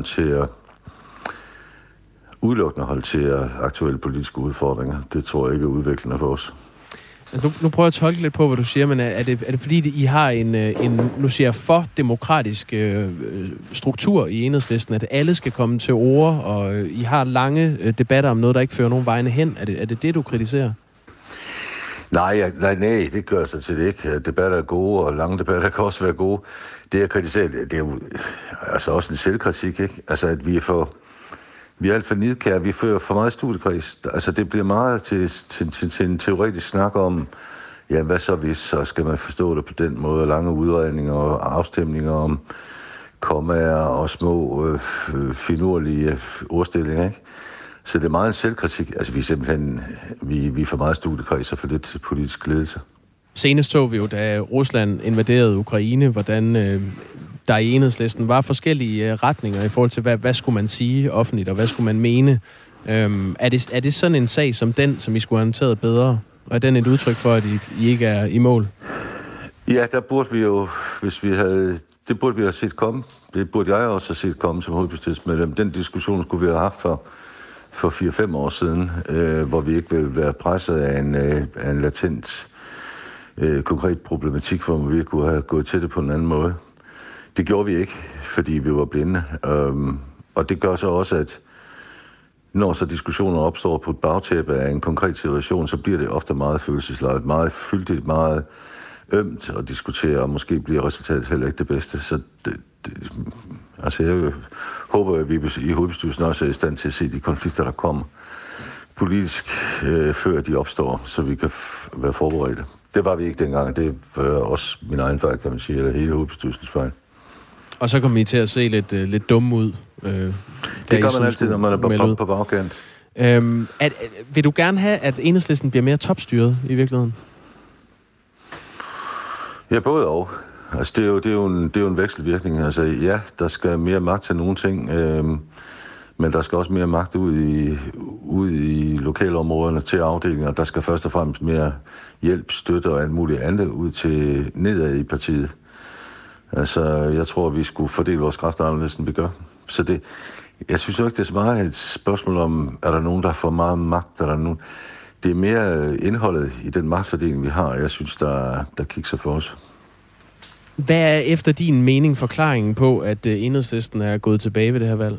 udelukkende håndtere aktuelle politiske udfordringer. Det tror jeg ikke er udviklende for os. Altså nu prøver jeg at tolke lidt på, hvad du siger, men er det fordi, I har en nu siger jeg, for demokratisk struktur i Enhedslisten, at alle skal komme til orde, og I har lange debatter om noget, der ikke fører nogen vegne hen? Er det, du kritiserer? Nej, det gør sig til det ikke. Debatter er gode, og lange debatter kan også være gode. Det, jeg kritiserer, det er jo altså også en selvkritik, ikke? Altså, at vi er alt for nidkære, vi fører for meget studiekreds. Altså, det bliver meget til en teoretisk snak om, ja, hvad så hvis, så skal man forstå det på den måde, lange udredninger og afstemninger om kommaer og små finurlige ordstillinger, ikke? Så det er meget en selvkritik. Altså, vi er simpelthen vi er for meget studiekreds og for lidt politisk ledelse. Senest så vi jo, da Rusland invaderede Ukraine, hvordan der i Enhedslisten var forskellige retninger i forhold til, hvad skulle man sige offentligt, og hvad skulle man mene. Er det sådan en sag som den, som I skulle have håndteret bedre? Og er den et udtryk for, at I ikke er i mål? Ja, der burde vi jo, det burde vi have set komme. Det burde jeg også have set komme som hovedbestyrelsesmedlem. Den diskussion skulle vi have haft for 4-5 år siden, hvor vi ikke ville være presset af en latent konkret problematik, hvor vi kunne have gået til det på en anden måde. Det gjorde vi ikke, fordi vi var blinde. Og det gør så også, at når så diskussioner opstår på et bagtæppe af en konkret situation, så bliver det ofte meget følelsesladet, meget fyldigt, meget ømt at diskutere, og måske bliver resultatet heller ikke det bedste. Så altså jeg håber, at vi i hovedbestyrelsen også er i stand til at se de konflikter, der kommer politisk, før de opstår, så vi kan være forberedte. Det var vi ikke dengang. Det var også min egen fejl, kan man sige, eller hele hovedbestyrelsens fejl. Og så kommer I til at se lidt dumme ud. Det gør man altid, når man er på bagkant. Vil du gerne have, at Enhedslisten bliver mere topstyret i virkeligheden? Ja, både og. Altså, det er jo en vekselvirkning. Altså, ja, der skal mere magt til nogle ting, men der skal også mere magt ud i lokalområderne til afdelinger. Der skal først og fremmest mere hjælp, støtte og alt muligt andet ud til nedad i partiet. Altså, jeg tror, vi skulle fordele vores kræfter anderledes, end vi gør. Så jeg synes jo ikke, det er så meget et spørgsmål om, er der nogen, der får meget magt? Er der nogen? Det er mere indholdet i den magtfordeling, vi har, jeg synes, der kigger for os. Hvad er efter din mening forklaringen på, at Enhedslisten er gået tilbage ved det her valg?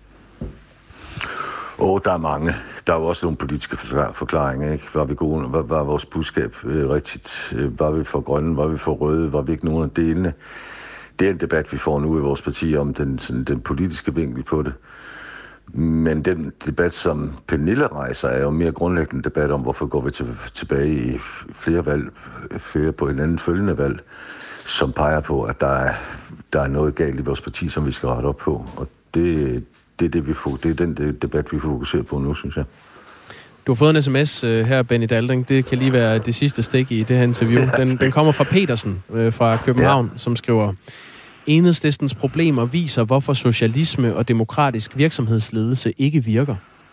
Der er mange. Der er jo også nogle politiske forklaringer, ikke? Var vi gode? Var vores budskab rigtigt? Var vi for grønne? Var vi for røde? Var vi ikke nogen af delene? Det er en debat, vi får nu i vores parti om den politiske vinkel på det. Men den debat, som Pernille rejser, er jo mere grundlæggende debat om, hvorfor går vi tilbage i flere valg, på en anden følgende valg, som peger på, at der er noget galt i vores parti, som vi skal rette op på. Og det er den debat, vi fokuserer på nu, synes jeg. Du har fået en sms her, Benny Daldring. Det kan lige være det sidste stik i det her interview. Den kommer fra Petersen fra København, som skriver: Enhedslistens problemer viser, hvorfor socialisme og demokratisk virksomhedsledelse ikke virker.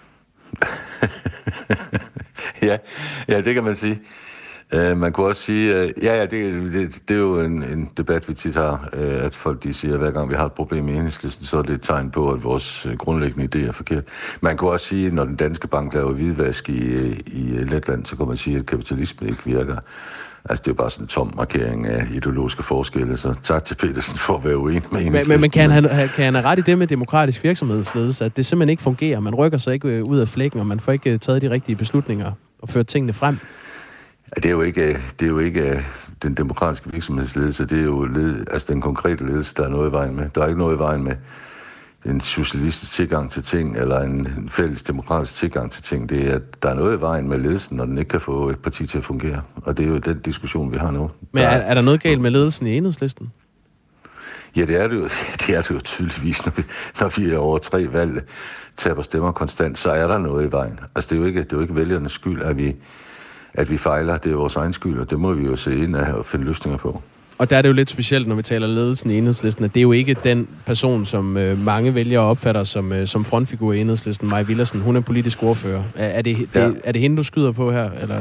Ja, det kan man sige. Man kunne også sige, det er jo en debat, vi tit har, at folk de siger, at hver gang vi har et problem i Enhedslisten, så er det et tegn på, at vores grundlæggende idé er forkert. Man kunne også sige, at når den danske bank laver hvidvask i Letland, så kan man sige, at kapitalisme ikke virker. Altså, det er jo bare sådan en tom markering af ideologiske forskelle, så tak til Petersen for at være uenig med Enhedslisten. Men kan han have ret i det med demokratisk virksomhedsledelse, at det simpelthen ikke fungerer? Man rykker sig ikke ud af flækken, og man får ikke taget de rigtige beslutninger og ført tingene frem? Det er jo ikke den demokratiske virksomhedsledelse, det er jo den konkrete ledelse, der er noget i vejen med. Der er ikke noget i vejen med en socialistisk tilgang til ting, eller en fælles demokratisk tilgang til ting. Det er, at der er noget i vejen med ledelsen, når den ikke kan få et parti til at fungere. Og det er jo den diskussion, vi har nu. Men er der noget galt med ledelsen i Enhedslisten? Ja, det er det jo tydeligvis. Når vi over 3 valg taber stemmer konstant, så er der noget i vejen. Altså, det er jo ikke vælgernes skyld, at vi fejler. Det er vores egen skyld, og det må vi jo se ind af og finde løsninger på. Og der er det jo lidt specielt, når vi taler ledelsen i Enhedslisten, at det er jo ikke den person, som mange vælgere opfatter som frontfigur i Enhedslisten, Mai Villadsen. Hun er politisk ordfører. Er det hende, du skyder på her? Eller?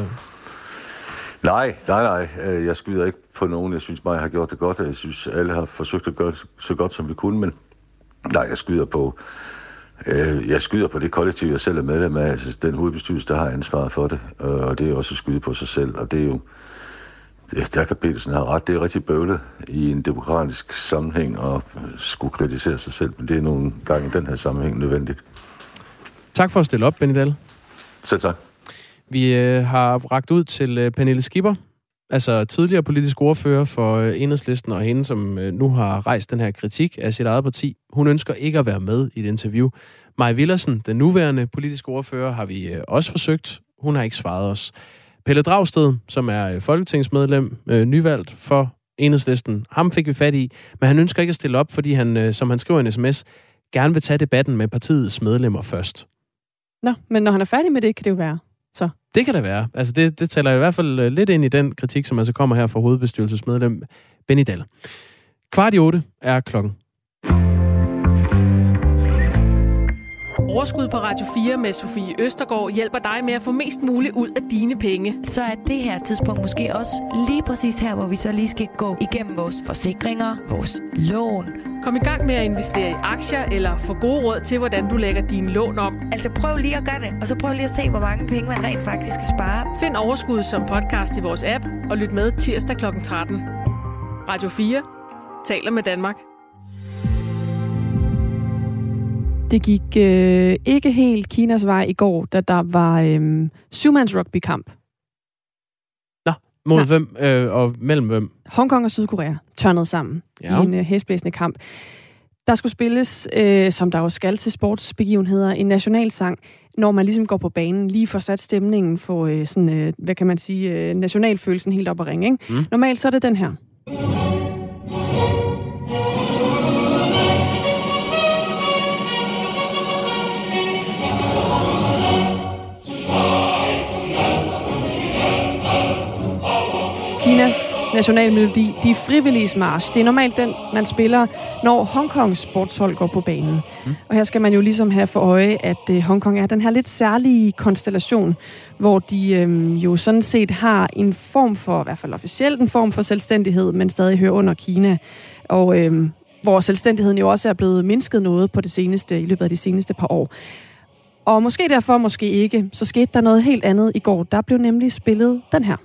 Nej. Jeg skyder ikke på nogen. Jeg synes, Mai har gjort det godt, og jeg synes, alle har forsøgt at gøre det så godt, som vi kunne, men nej, jeg skyder på det kollektiv, jeg selv er medlem af, altså den hovedbestyrelse, der har ansvaret for det, og det er også at skyde på sig selv, og det er jo, der kan Petersen have ret, det er rigtig bøvlet i en demokratisk sammenhæng og skulle kritisere sig selv, men det er nogle gange i den her sammenhæng nødvendigt. Tak for at stille op, Benny Dahl. Selv tak. Vi har rakt ud til Pernille Skipper, altså tidligere politisk ordfører for Enhedslisten, og hende, som nu har rejst den her kritik af sit eget parti. Hun ønsker ikke at være med i et interview. Mai Villadsen, den nuværende politiske ordfører, har vi også forsøgt. Hun har ikke svaret os. Pelle Dragsted, som er folketingsmedlem, nyvalgt for Enhedslisten, ham fik vi fat i, men han ønsker ikke at stille op, fordi han, som han skriver i en sms, gerne vil tage debatten med partiets medlemmer først. Nå, men når han er færdig med det, kan det jo være så. Det kan det være. Altså det taler i hvert fald lidt ind i den kritik, som altså kommer her fra hovedbestyrelsesmedlem Benny Dahl. 7:15 er klokken. Overskud på Radio 4 med Sofie Østergaard hjælper dig med at få mest muligt ud af dine penge. Så er det her tidspunkt måske også lige præcis her, hvor vi så lige skal gå igennem vores forsikringer, vores lån. Kom i gang med at investere i aktier eller få gode råd til, hvordan du lægger dine lån om. Altså prøv lige at gøre det, og så prøv lige at se, hvor mange penge man rent faktisk skal spare. Find Overskud som podcast i vores app og lyt med tirsdag kl. 13. Radio 4 taler med Danmark. Det gik ikke helt Kinas vej i går, da der var syvmands rugbykamp. Nå, mod hvem og mellem hvem? Hongkong og Sydkorea tørnede sammen i en hæsblæsende kamp. Der skulle spilles, som der jo skal til sportsbegivenheder, en nationalsang, når man ligesom går på banen, lige får sat stemningen, for sådan, hvad kan man sige, nationalfølelsen helt op at ringe. Ikke? Normalt så er det den her. Kinas nationalmelodi, De Frivilliges March. Det er normalt den, man spiller, når Hongkongs sportshold går på banen. Og her skal man jo ligesom have for øje, at Hongkong er den her lidt særlige konstellation, hvor de jo sådan set har en form for, i hvert fald officielt en form for selvstændighed, men stadig hører under Kina. Og hvor selvstændigheden jo også er blevet mindsket noget på det seneste, i løbet af de seneste par år. Og måske derfor, måske ikke, så skete der noget helt andet i går. Der blev nemlig spillet den her.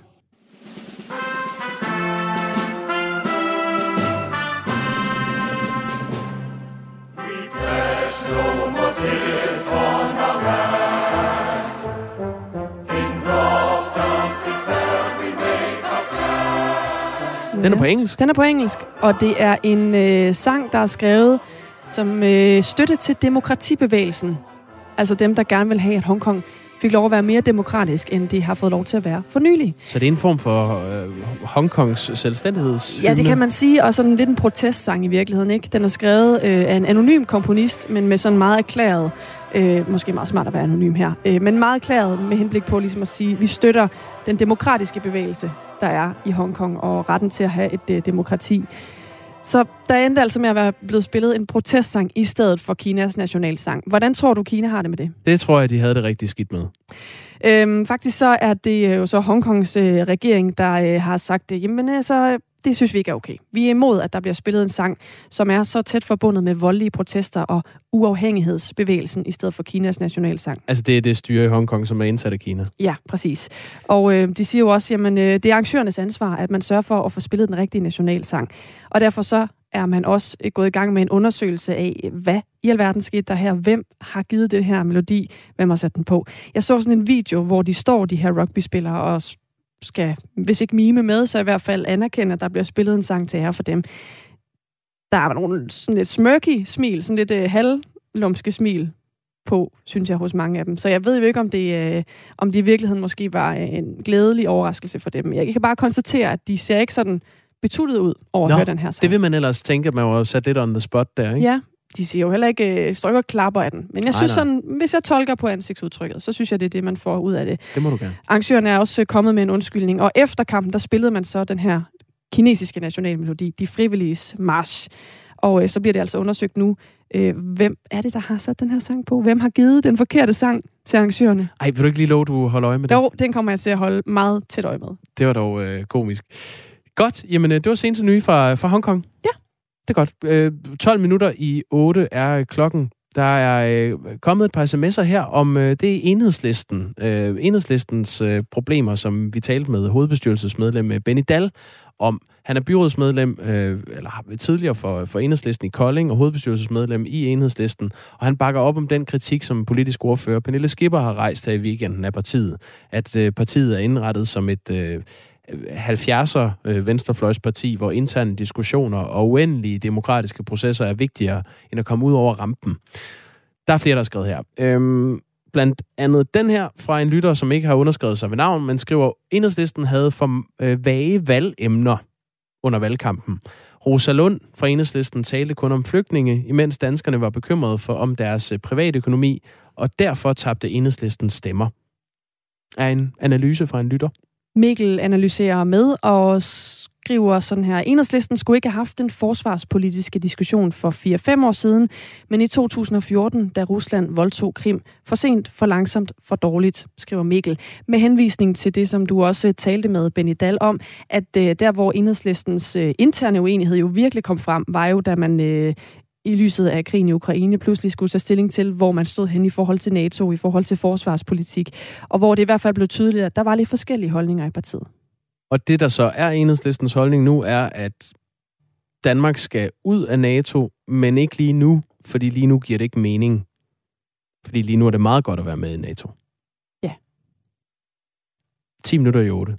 Den er på engelsk? Den er på engelsk, og det er en sang, der er skrevet som støtte til demokratibevægelsen. Altså dem, der gerne vil have, at Hongkong fik lov at være mere demokratisk, end de har fået lov til at være for nylig. Så det er en form for Hongkongs selvstændighedshymne? Ja, det kan man sige, og sådan lidt en protestsang i virkeligheden, ikke? Den er skrevet af en anonym komponist, men med sådan meget erklæret, måske meget smart at være anonym her, men meget erklæret med henblik på ligesom at sige, vi støtter den demokratiske bevægelse, der er i Hongkong, og retten til at have et demokrati. Så der endte altså med at være blevet spillet en protestsang i stedet for Kinas nationalsang. Hvordan tror du, Kina har det med det? Det tror jeg, de havde det rigtig skidt med. Faktisk så er det jo så Hongkongs regering, der har sagt det. Jamen altså, det synes vi ikke er okay. Vi er imod, at der bliver spillet en sang, som er så tæt forbundet med voldelige protester og uafhængighedsbevægelsen, i stedet for Kinas nationalsang. Altså det er det styre i Hongkong, som er indsat af Kina? Ja, præcis. Og de siger jo også, jamen det er arrangørernes ansvar, at man sørger for at få spillet den rigtige nationalsang. Og derfor så er man også gået i gang med en undersøgelse af, hvad i alverden skete der her? Hvem har givet det her melodi? Hvem har sat den på? Jeg så sådan en video, hvor de står, de her rugbyspillere, og skal, hvis ikke mime med, så i hvert fald anerkende, at der bliver spillet en sang til ære for dem. Der er nogle sådan lidt smirky smil, sådan lidt halvlumske smil på, synes jeg, hos mange af dem. Så jeg ved jo ikke, om det i virkeligheden måske var en glædelig overraskelse for dem. Jeg kan bare konstatere, at de ser ikke sådan betuttet ud over at høre den her sang. Det vil man ellers tænke, at man var sat lidt on the spot der, ikke? Ja, de siger jo heller ikke strykker klapper af den. Men jeg synes sådan, hvis jeg tolker på ansigtsudtrykket, så synes jeg, det er det, man får ud af det. Det må du gerne. Arrangørerne er også kommet med en undskyldning, og efter kampen, der spillede man så den her kinesiske nationalmelodi, De Frivilliges March. Og så bliver det altså undersøgt nu, hvem er det, der har sat den her sang på? Hvem har givet den forkerte sang til arrangørerne? Ej, vil du ikke lige love, du holder øje med det? Jo, den kommer jeg til at holde meget tæt øje med. Det var dog komisk. Godt, jamen det var seneste nye fra Hongkong. Ja. Det er godt. 12 minutter i 8 er klokken. Der er kommet et par sms'er her om det Enhedslisten. Enhedslistens problemer, som vi talte med hovedbestyrelsesmedlem Benny Dahl om. Han er byrådsmedlem, eller tidligere for Enhedslisten i Kolding, og hovedbestyrelsesmedlem i Enhedslisten. Og han bakker op om den kritik, som politisk ordfører Pernille Skipper har rejst her i weekenden af partiet. At partiet er indrettet som et 70'er venstrefløjsparti, hvor interne diskussioner og uendelige demokratiske processer er vigtigere end at komme ud over rampen. Der er flere, der har skrevet her. Blandt andet den her fra en lytter, som ikke har underskrevet sig ved navn, men skriver, Enhedslisten havde for vage valgemner under valgkampen. Rosa Lund fra Enhedslisten talte kun om flygtninge, imens danskerne var bekymrede for om deres privatøkonomi og derfor tabte Enhedslisten stemmer. Er en analyse fra en lytter. Mikkel analyserer med og skriver sådan her: Enhedslisten skulle ikke have haft den forsvarspolitiske diskussion for 4-5 år siden, men i 2014, da Rusland voldtog Krim. For sent, for langsomt, for dårligt, skriver Mikkel. Med henvisning til det, som du også talte med Benny Dahl om, at der, hvor Enhedslistens interne uenighed jo virkelig kom frem, var jo, da man i lyset af krigen i Ukraine pludselig skulle tage stilling til, hvor man stod hen i forhold til NATO, i forhold til forsvarspolitik, og hvor det i hvert fald blev tydeligt, at der var lidt forskellige holdninger i partiet. Og det, der så er Enhedslistens holdning nu, er, at Danmark skal ud af NATO, men ikke lige nu, fordi lige nu giver det ikke mening. Fordi lige nu er det meget godt at være med i NATO. Ja. 10 minutter i 8.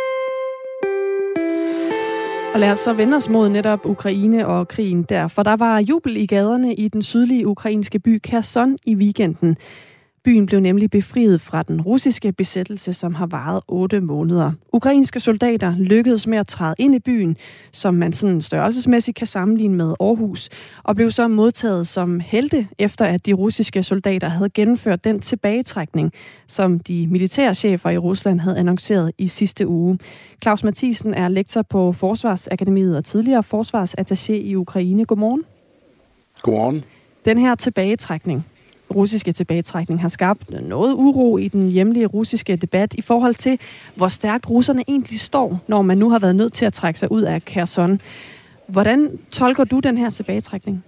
Og lad os så vende os mod netop Ukraine og krigen der, for der var jubel i gaderne i den sydlige ukrainske by Kherson i weekenden. Byen blev nemlig befriet fra den russiske besættelse, som har varet 8 måneder. Ukrainske soldater lykkedes med at træde ind i byen, som man sådan størrelsesmæssigt kan sammenligne med Aarhus, og blev så modtaget som helte, efter at de russiske soldater havde gennemført den tilbagetrækning, som de militære chefer i Rusland havde annonceret i sidste uge. Claus Mathisen er lektor på Forsvarsakademiet og tidligere forsvarsattaché i Ukraine. Godmorgen. Godmorgen. Den her russiske tilbagetrækning har skabt noget uro i den hjemlige russiske debat i forhold til, hvor stærkt russerne egentlig står, når man nu har været nødt til at trække sig ud af Kherson. Hvordan tolker du den her tilbagetrækning?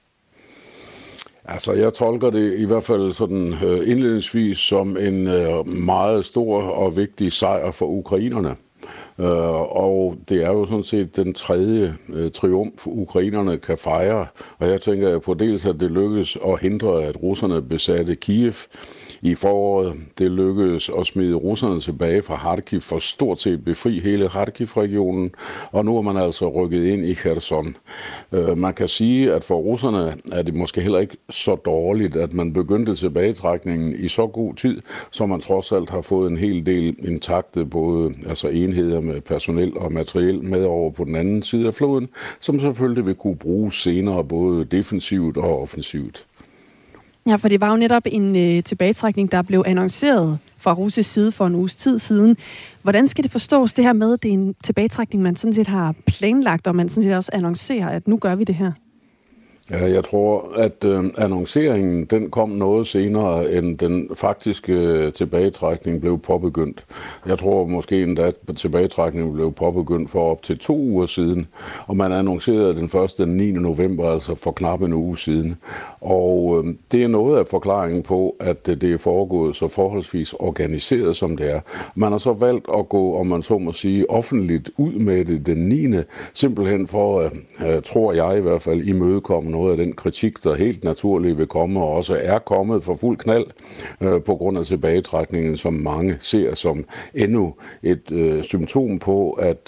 Altså, jeg tolker det i hvert fald sådan indledningsvis som en meget stor og vigtig sejr for ukrainerne. Og det er jo sådan set den tredje triumf, ukrainerne kan fejre. Og jeg tænker på dels, at det lykkedes at hindre, at russerne besatte Kiev i foråret. Det lykkedes at smide russerne tilbage fra Kharkiv for stort set befri hele Kharkiv-regionen. Og nu er man altså rykket ind i Kherson. Man kan sige, at for russerne er det måske heller ikke så dårligt, at man begyndte tilbagetrækningen i så god tid, så man trods alt har fået en hel del intakte, både altså enheder med personel og materiel med over på den anden side af floden, som selvfølgelig vil kunne bruges senere både defensivt og offensivt. Ja, for det var jo netop en tilbagetrækning, der blev annonceret fra russisk side for en uges tid siden. Hvordan skal det forstås det her med, at det er en tilbagetrækning, man sådan set har planlagt, og man sådan set også annoncerer, at nu gør vi det her? Ja, jeg tror, at annonceringen den kom noget senere, end den faktiske tilbagetrækning blev påbegyndt. Jeg tror måske endda, at tilbagetrækningen blev påbegyndt for op til 2 uger siden, og man annoncerede den først den 9. november, altså for knap en uge siden. Og det er noget af forklaringen på, at det er foregået så forholdsvis organiseret, som det er. Man har så valgt at gå, om man så må sige, offentligt ud med det den 9. simpelthen for, tror jeg i hvert fald, imødekomme noget af den kritik, der helt naturligt vil komme, og også er kommet for fuld knald på grund af tilbagetrækningen, som mange ser som endnu et symptom på, at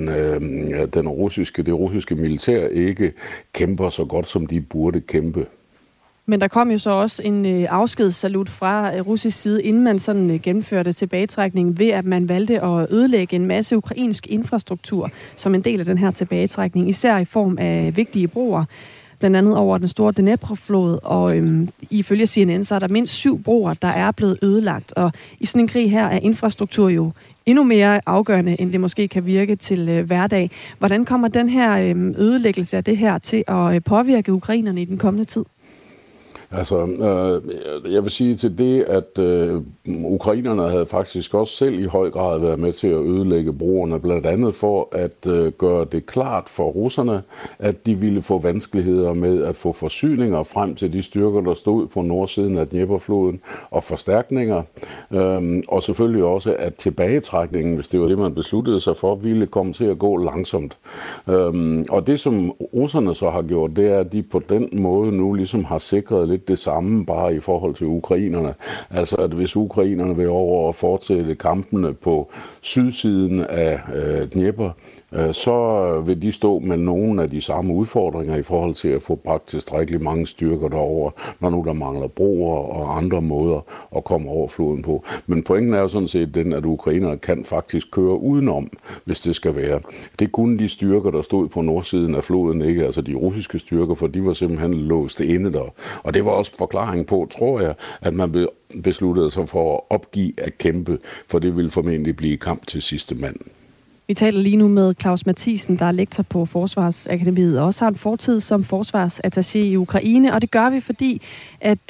det russiske militær ikke kæmper så godt, som de burde kæmpe. Men der kom jo så også en afskedssalut fra russisk side, inden man sådan gennemførte tilbagetrækningen, ved at man valgte at ødelægge en masse ukrainsk infrastruktur som en del af den her tilbagetrækning, især i form af vigtige broer, blandt andet over den store Dnepr-flod, og ifølge CNN, så er der mindst 7 broer, der er blevet ødelagt, og i sådan en krig her er infrastruktur jo endnu mere afgørende, end det måske kan virke til hverdag. Hvordan kommer den her ødelæggelse af det her til at påvirke ukrainerne i den kommende tid? Altså, jeg vil sige til det, at ukrainerne havde faktisk også selv i høj grad været med til at ødelægge broerne, blandt andet for at gøre det klart for russerne, at de ville få vanskeligheder med at få forsyninger frem til de styrker, der stod på nordsiden af Dnepr-floden, og forstærkninger, og selvfølgelig også, at tilbagetrækningen, hvis det var det, man besluttede sig for, ville komme til at gå langsomt. Og det, som russerne så har gjort, det er, at de på den måde nu ligesom har sikret lidt det samme, bare i forhold til ukrainerne. Altså, at hvis ukrainerne vil over og fortsætte kampene på sydsiden af Dnepr, så vil de stå med nogle af de samme udfordringer i forhold til at få bragt tilstrækkeligt mange styrker derover, når nu der mangler broer og andre måder at komme over floden på. Men pointen er jo sådan set den, at ukrainerne kan faktisk køre udenom, hvis det skal være. Det kunne de styrker, der stod på nordsiden af floden, ikke, altså de russiske styrker, for de var simpelthen låst inde der. Og det var også forklaring på, tror jeg, at man besluttede sig for at opgive at kæmpe, for det ville formentlig blive kamp til sidste mand. Vi taler lige nu med Claus Mathisen, der er lektor på Forsvarsakademiet og også har en fortid som forsvarsattaché i Ukraine. Og det gør vi, fordi at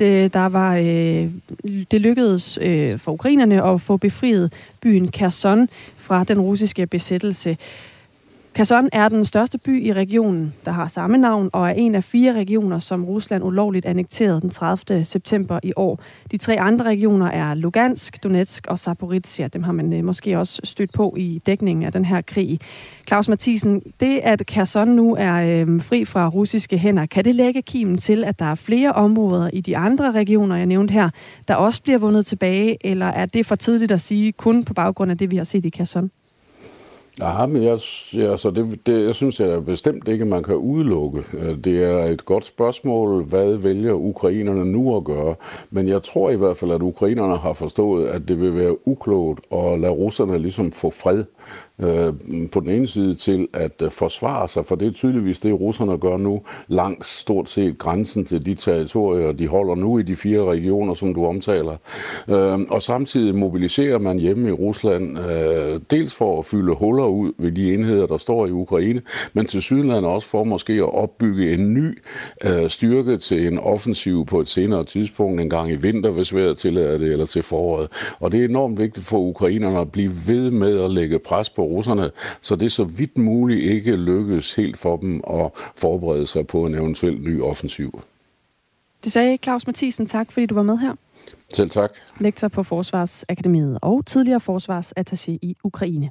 det lykkedes for ukrainerne at få befriet byen Kherson fra den russiske besættelse. Kherson er den største by i regionen, der har samme navn, og er en af 4 regioner, som Rusland ulovligt annekterede den 30. september i år. De 3 andre regioner er Lugansk, Donetsk og Zaporizhzhia. Dem har man måske også stødt på i dækningen af den her krig. Claus Mathisen, det at Kherson nu er fri fra russiske hænder, kan det lægge kimen til, at der er flere områder i de andre regioner, jeg nævnte her, der også bliver vundet tilbage, eller er det for tidligt at sige kun på baggrund af det, vi har set i Kherson? Ja, men jeg synes jeg bestemt ikke, man kan udelukke. Det er et godt spørgsmål, hvad vælger ukrainerne nu at gøre. Men jeg tror i hvert fald, at ukrainerne har forstået, at det vil være uklogt at lade russerne ligesom få fred på den ene side til at forsvare sig, for det er tydeligvis det, russerne gør nu langs stort set grænsen til de territorier, de holder nu i de 4 regioner, som du omtaler. Og samtidig mobiliserer man hjemme i Rusland dels for at fylde huller ud ved de enheder, der står i Ukraine, men til sydenlandet også for måske at opbygge en ny styrke til en offensiv på et senere tidspunkt, en gang i vinter, hvis vejret tillader det, eller til foråret. Og det er enormt vigtigt for ukrainerne at blive ved med at lægge pres på russerne, så det så vidt muligt ikke lykkes helt for dem at forberede sig på en eventuel ny offensiv. Det sagde Claus Mathisen. Tak, fordi du var med her. Selv tak. Lektor på Forsvarsakademiet og tidligere forsvarsattaché i Ukraine.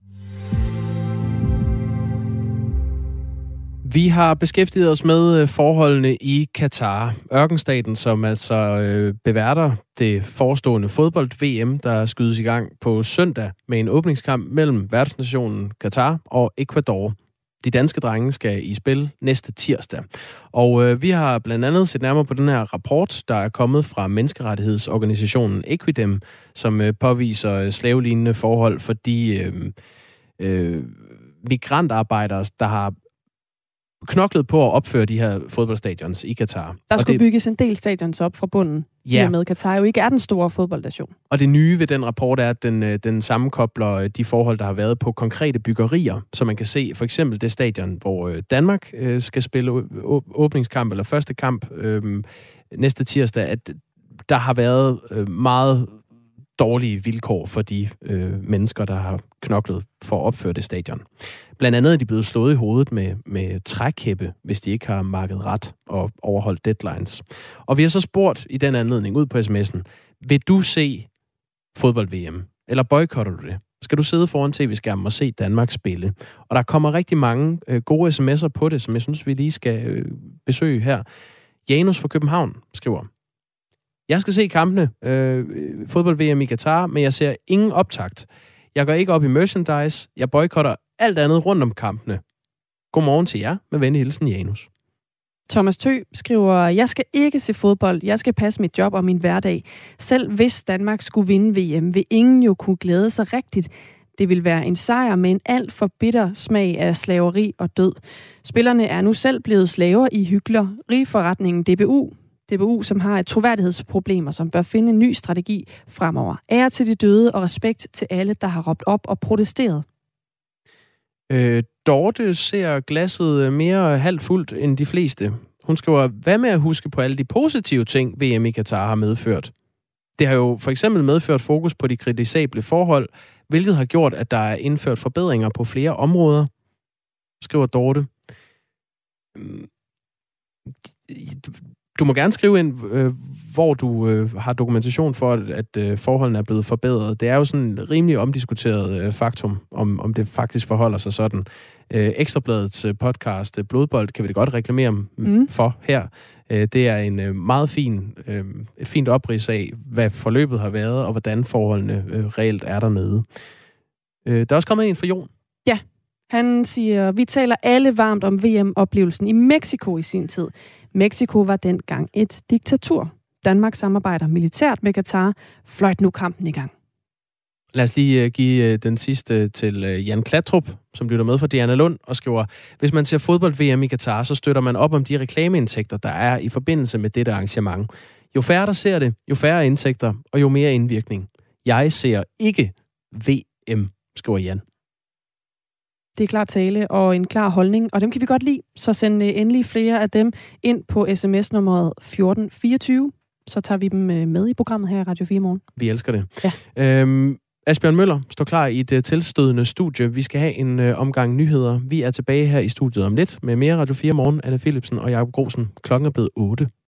Vi har beskæftiget os med forholdene i Katar, ørkenstaten, som altså beværter det forestående fodbold-VM, der skydes i gang på søndag med en åbningskamp mellem værtsnationen Katar og Ecuador. De danske drenge skal i spil næste tirsdag. Og vi har blandt andet set nærmere på den her rapport, der er kommet fra menneskerettighedsorganisationen Equidem, som påviser slavelignende forhold for de migrantarbejdere, der har knoklet på at opføre de her fodboldstadions i Katar. Der skulle bygges en del stadions op fra bunden, ja. Med Katar jo ikke er den store fodboldnation. Og det nye ved den rapport er, at den sammenkobler de forhold, der har været på konkrete byggerier, så man kan se for eksempel det stadion, hvor Danmark skal spille åbningskamp eller første kamp næste tirsdag, at der har været meget dårlige vilkår for de mennesker, der har knoklet for at opføre det stadion. Blandt andet er de blevet slået i hovedet med trækæppe, hvis de ikke har markedet ret og overholdt deadlines. Og vi har så spurgt i den anledning ud på sms'en, vil du se fodbold-VM? Eller boykotter du det? Skal du sidde foran tv-skærmen og se Danmark spille? Og der kommer rigtig mange gode sms'er på det, som jeg synes, vi lige skal besøge her. Janus fra København skriver: Jeg skal se kampene, fodbold-VM i Katar, men jeg ser ingen optakt. Jeg går ikke op i merchandise. Jeg boykotter alt andet rundt om kampene. Godmorgen til jer. Med venlig hilsen, Janus. Thomas Tø skriver: Jeg skal ikke se fodbold. Jeg skal passe mit job og min hverdag. Selv hvis Danmark skulle vinde VM, vil ingen jo kunne glæde sig rigtigt. Det vil være en sejr med en alt for bitter smag af slaveri og død. Spillerne er nu selv blevet slaver i hyklerforretningen DBU. DBU, som har et troværdighedsproblem, og som bør finde en ny strategi fremover. Ære til de døde og respekt til alle, der har råbt op og protesteret. Dorte ser glasset mere halvt fuldt end de fleste. Hun skriver: hvad med at huske på alle de positive ting, VM i Katar har medført? Det har jo for eksempel medført fokus på de kritisable forhold, hvilket har gjort, at der er indført forbedringer på flere områder, skriver Dorte. Du må gerne skrive ind, hvor du har dokumentation for, at forholdene er blevet forbedret. Det er jo sådan en rimelig omdiskuteret faktum, om det faktisk forholder sig sådan. Ekstrabladets podcast Blodbold kan vi da godt reklamere for her. Det er en meget fint oprids af, hvad forløbet har været, og hvordan forholdene reelt er dernede. Der er også kommet en fra Jon. Ja, Han siger, vi taler alle varmt om VM-oplevelsen i Mexico i sin tid. Mexico var dengang et diktatur. Danmark samarbejder militært med Katar. Fløjt nu kampen i gang. Lad os lige give den sidste til Jan Klatrup, som lytter med fra Diana Lund og skriver, hvis man ser fodbold-VM i Katar, så støtter man op om de reklameindtægter, der er i forbindelse med dette arrangement. Jo færre der ser det, jo færre indtægter og jo mere indvirkning. Jeg ser ikke VM, skriver Jan. Det er klar tale og en klar holdning, og dem kan vi godt lide. Så send endelig flere af dem ind på sms-nummeret 1424. Så tager vi dem med i programmet her i Radio 4 Morgen. Vi elsker det. Ja. Asbjørn Møller står klar i et tilstødende studie. Vi skal have en omgang nyheder. Vi er tilbage her i studiet om lidt med mere Radio 4 Morgen. Anne Philipsen og Jacob Grosen. Klokken er blevet 8.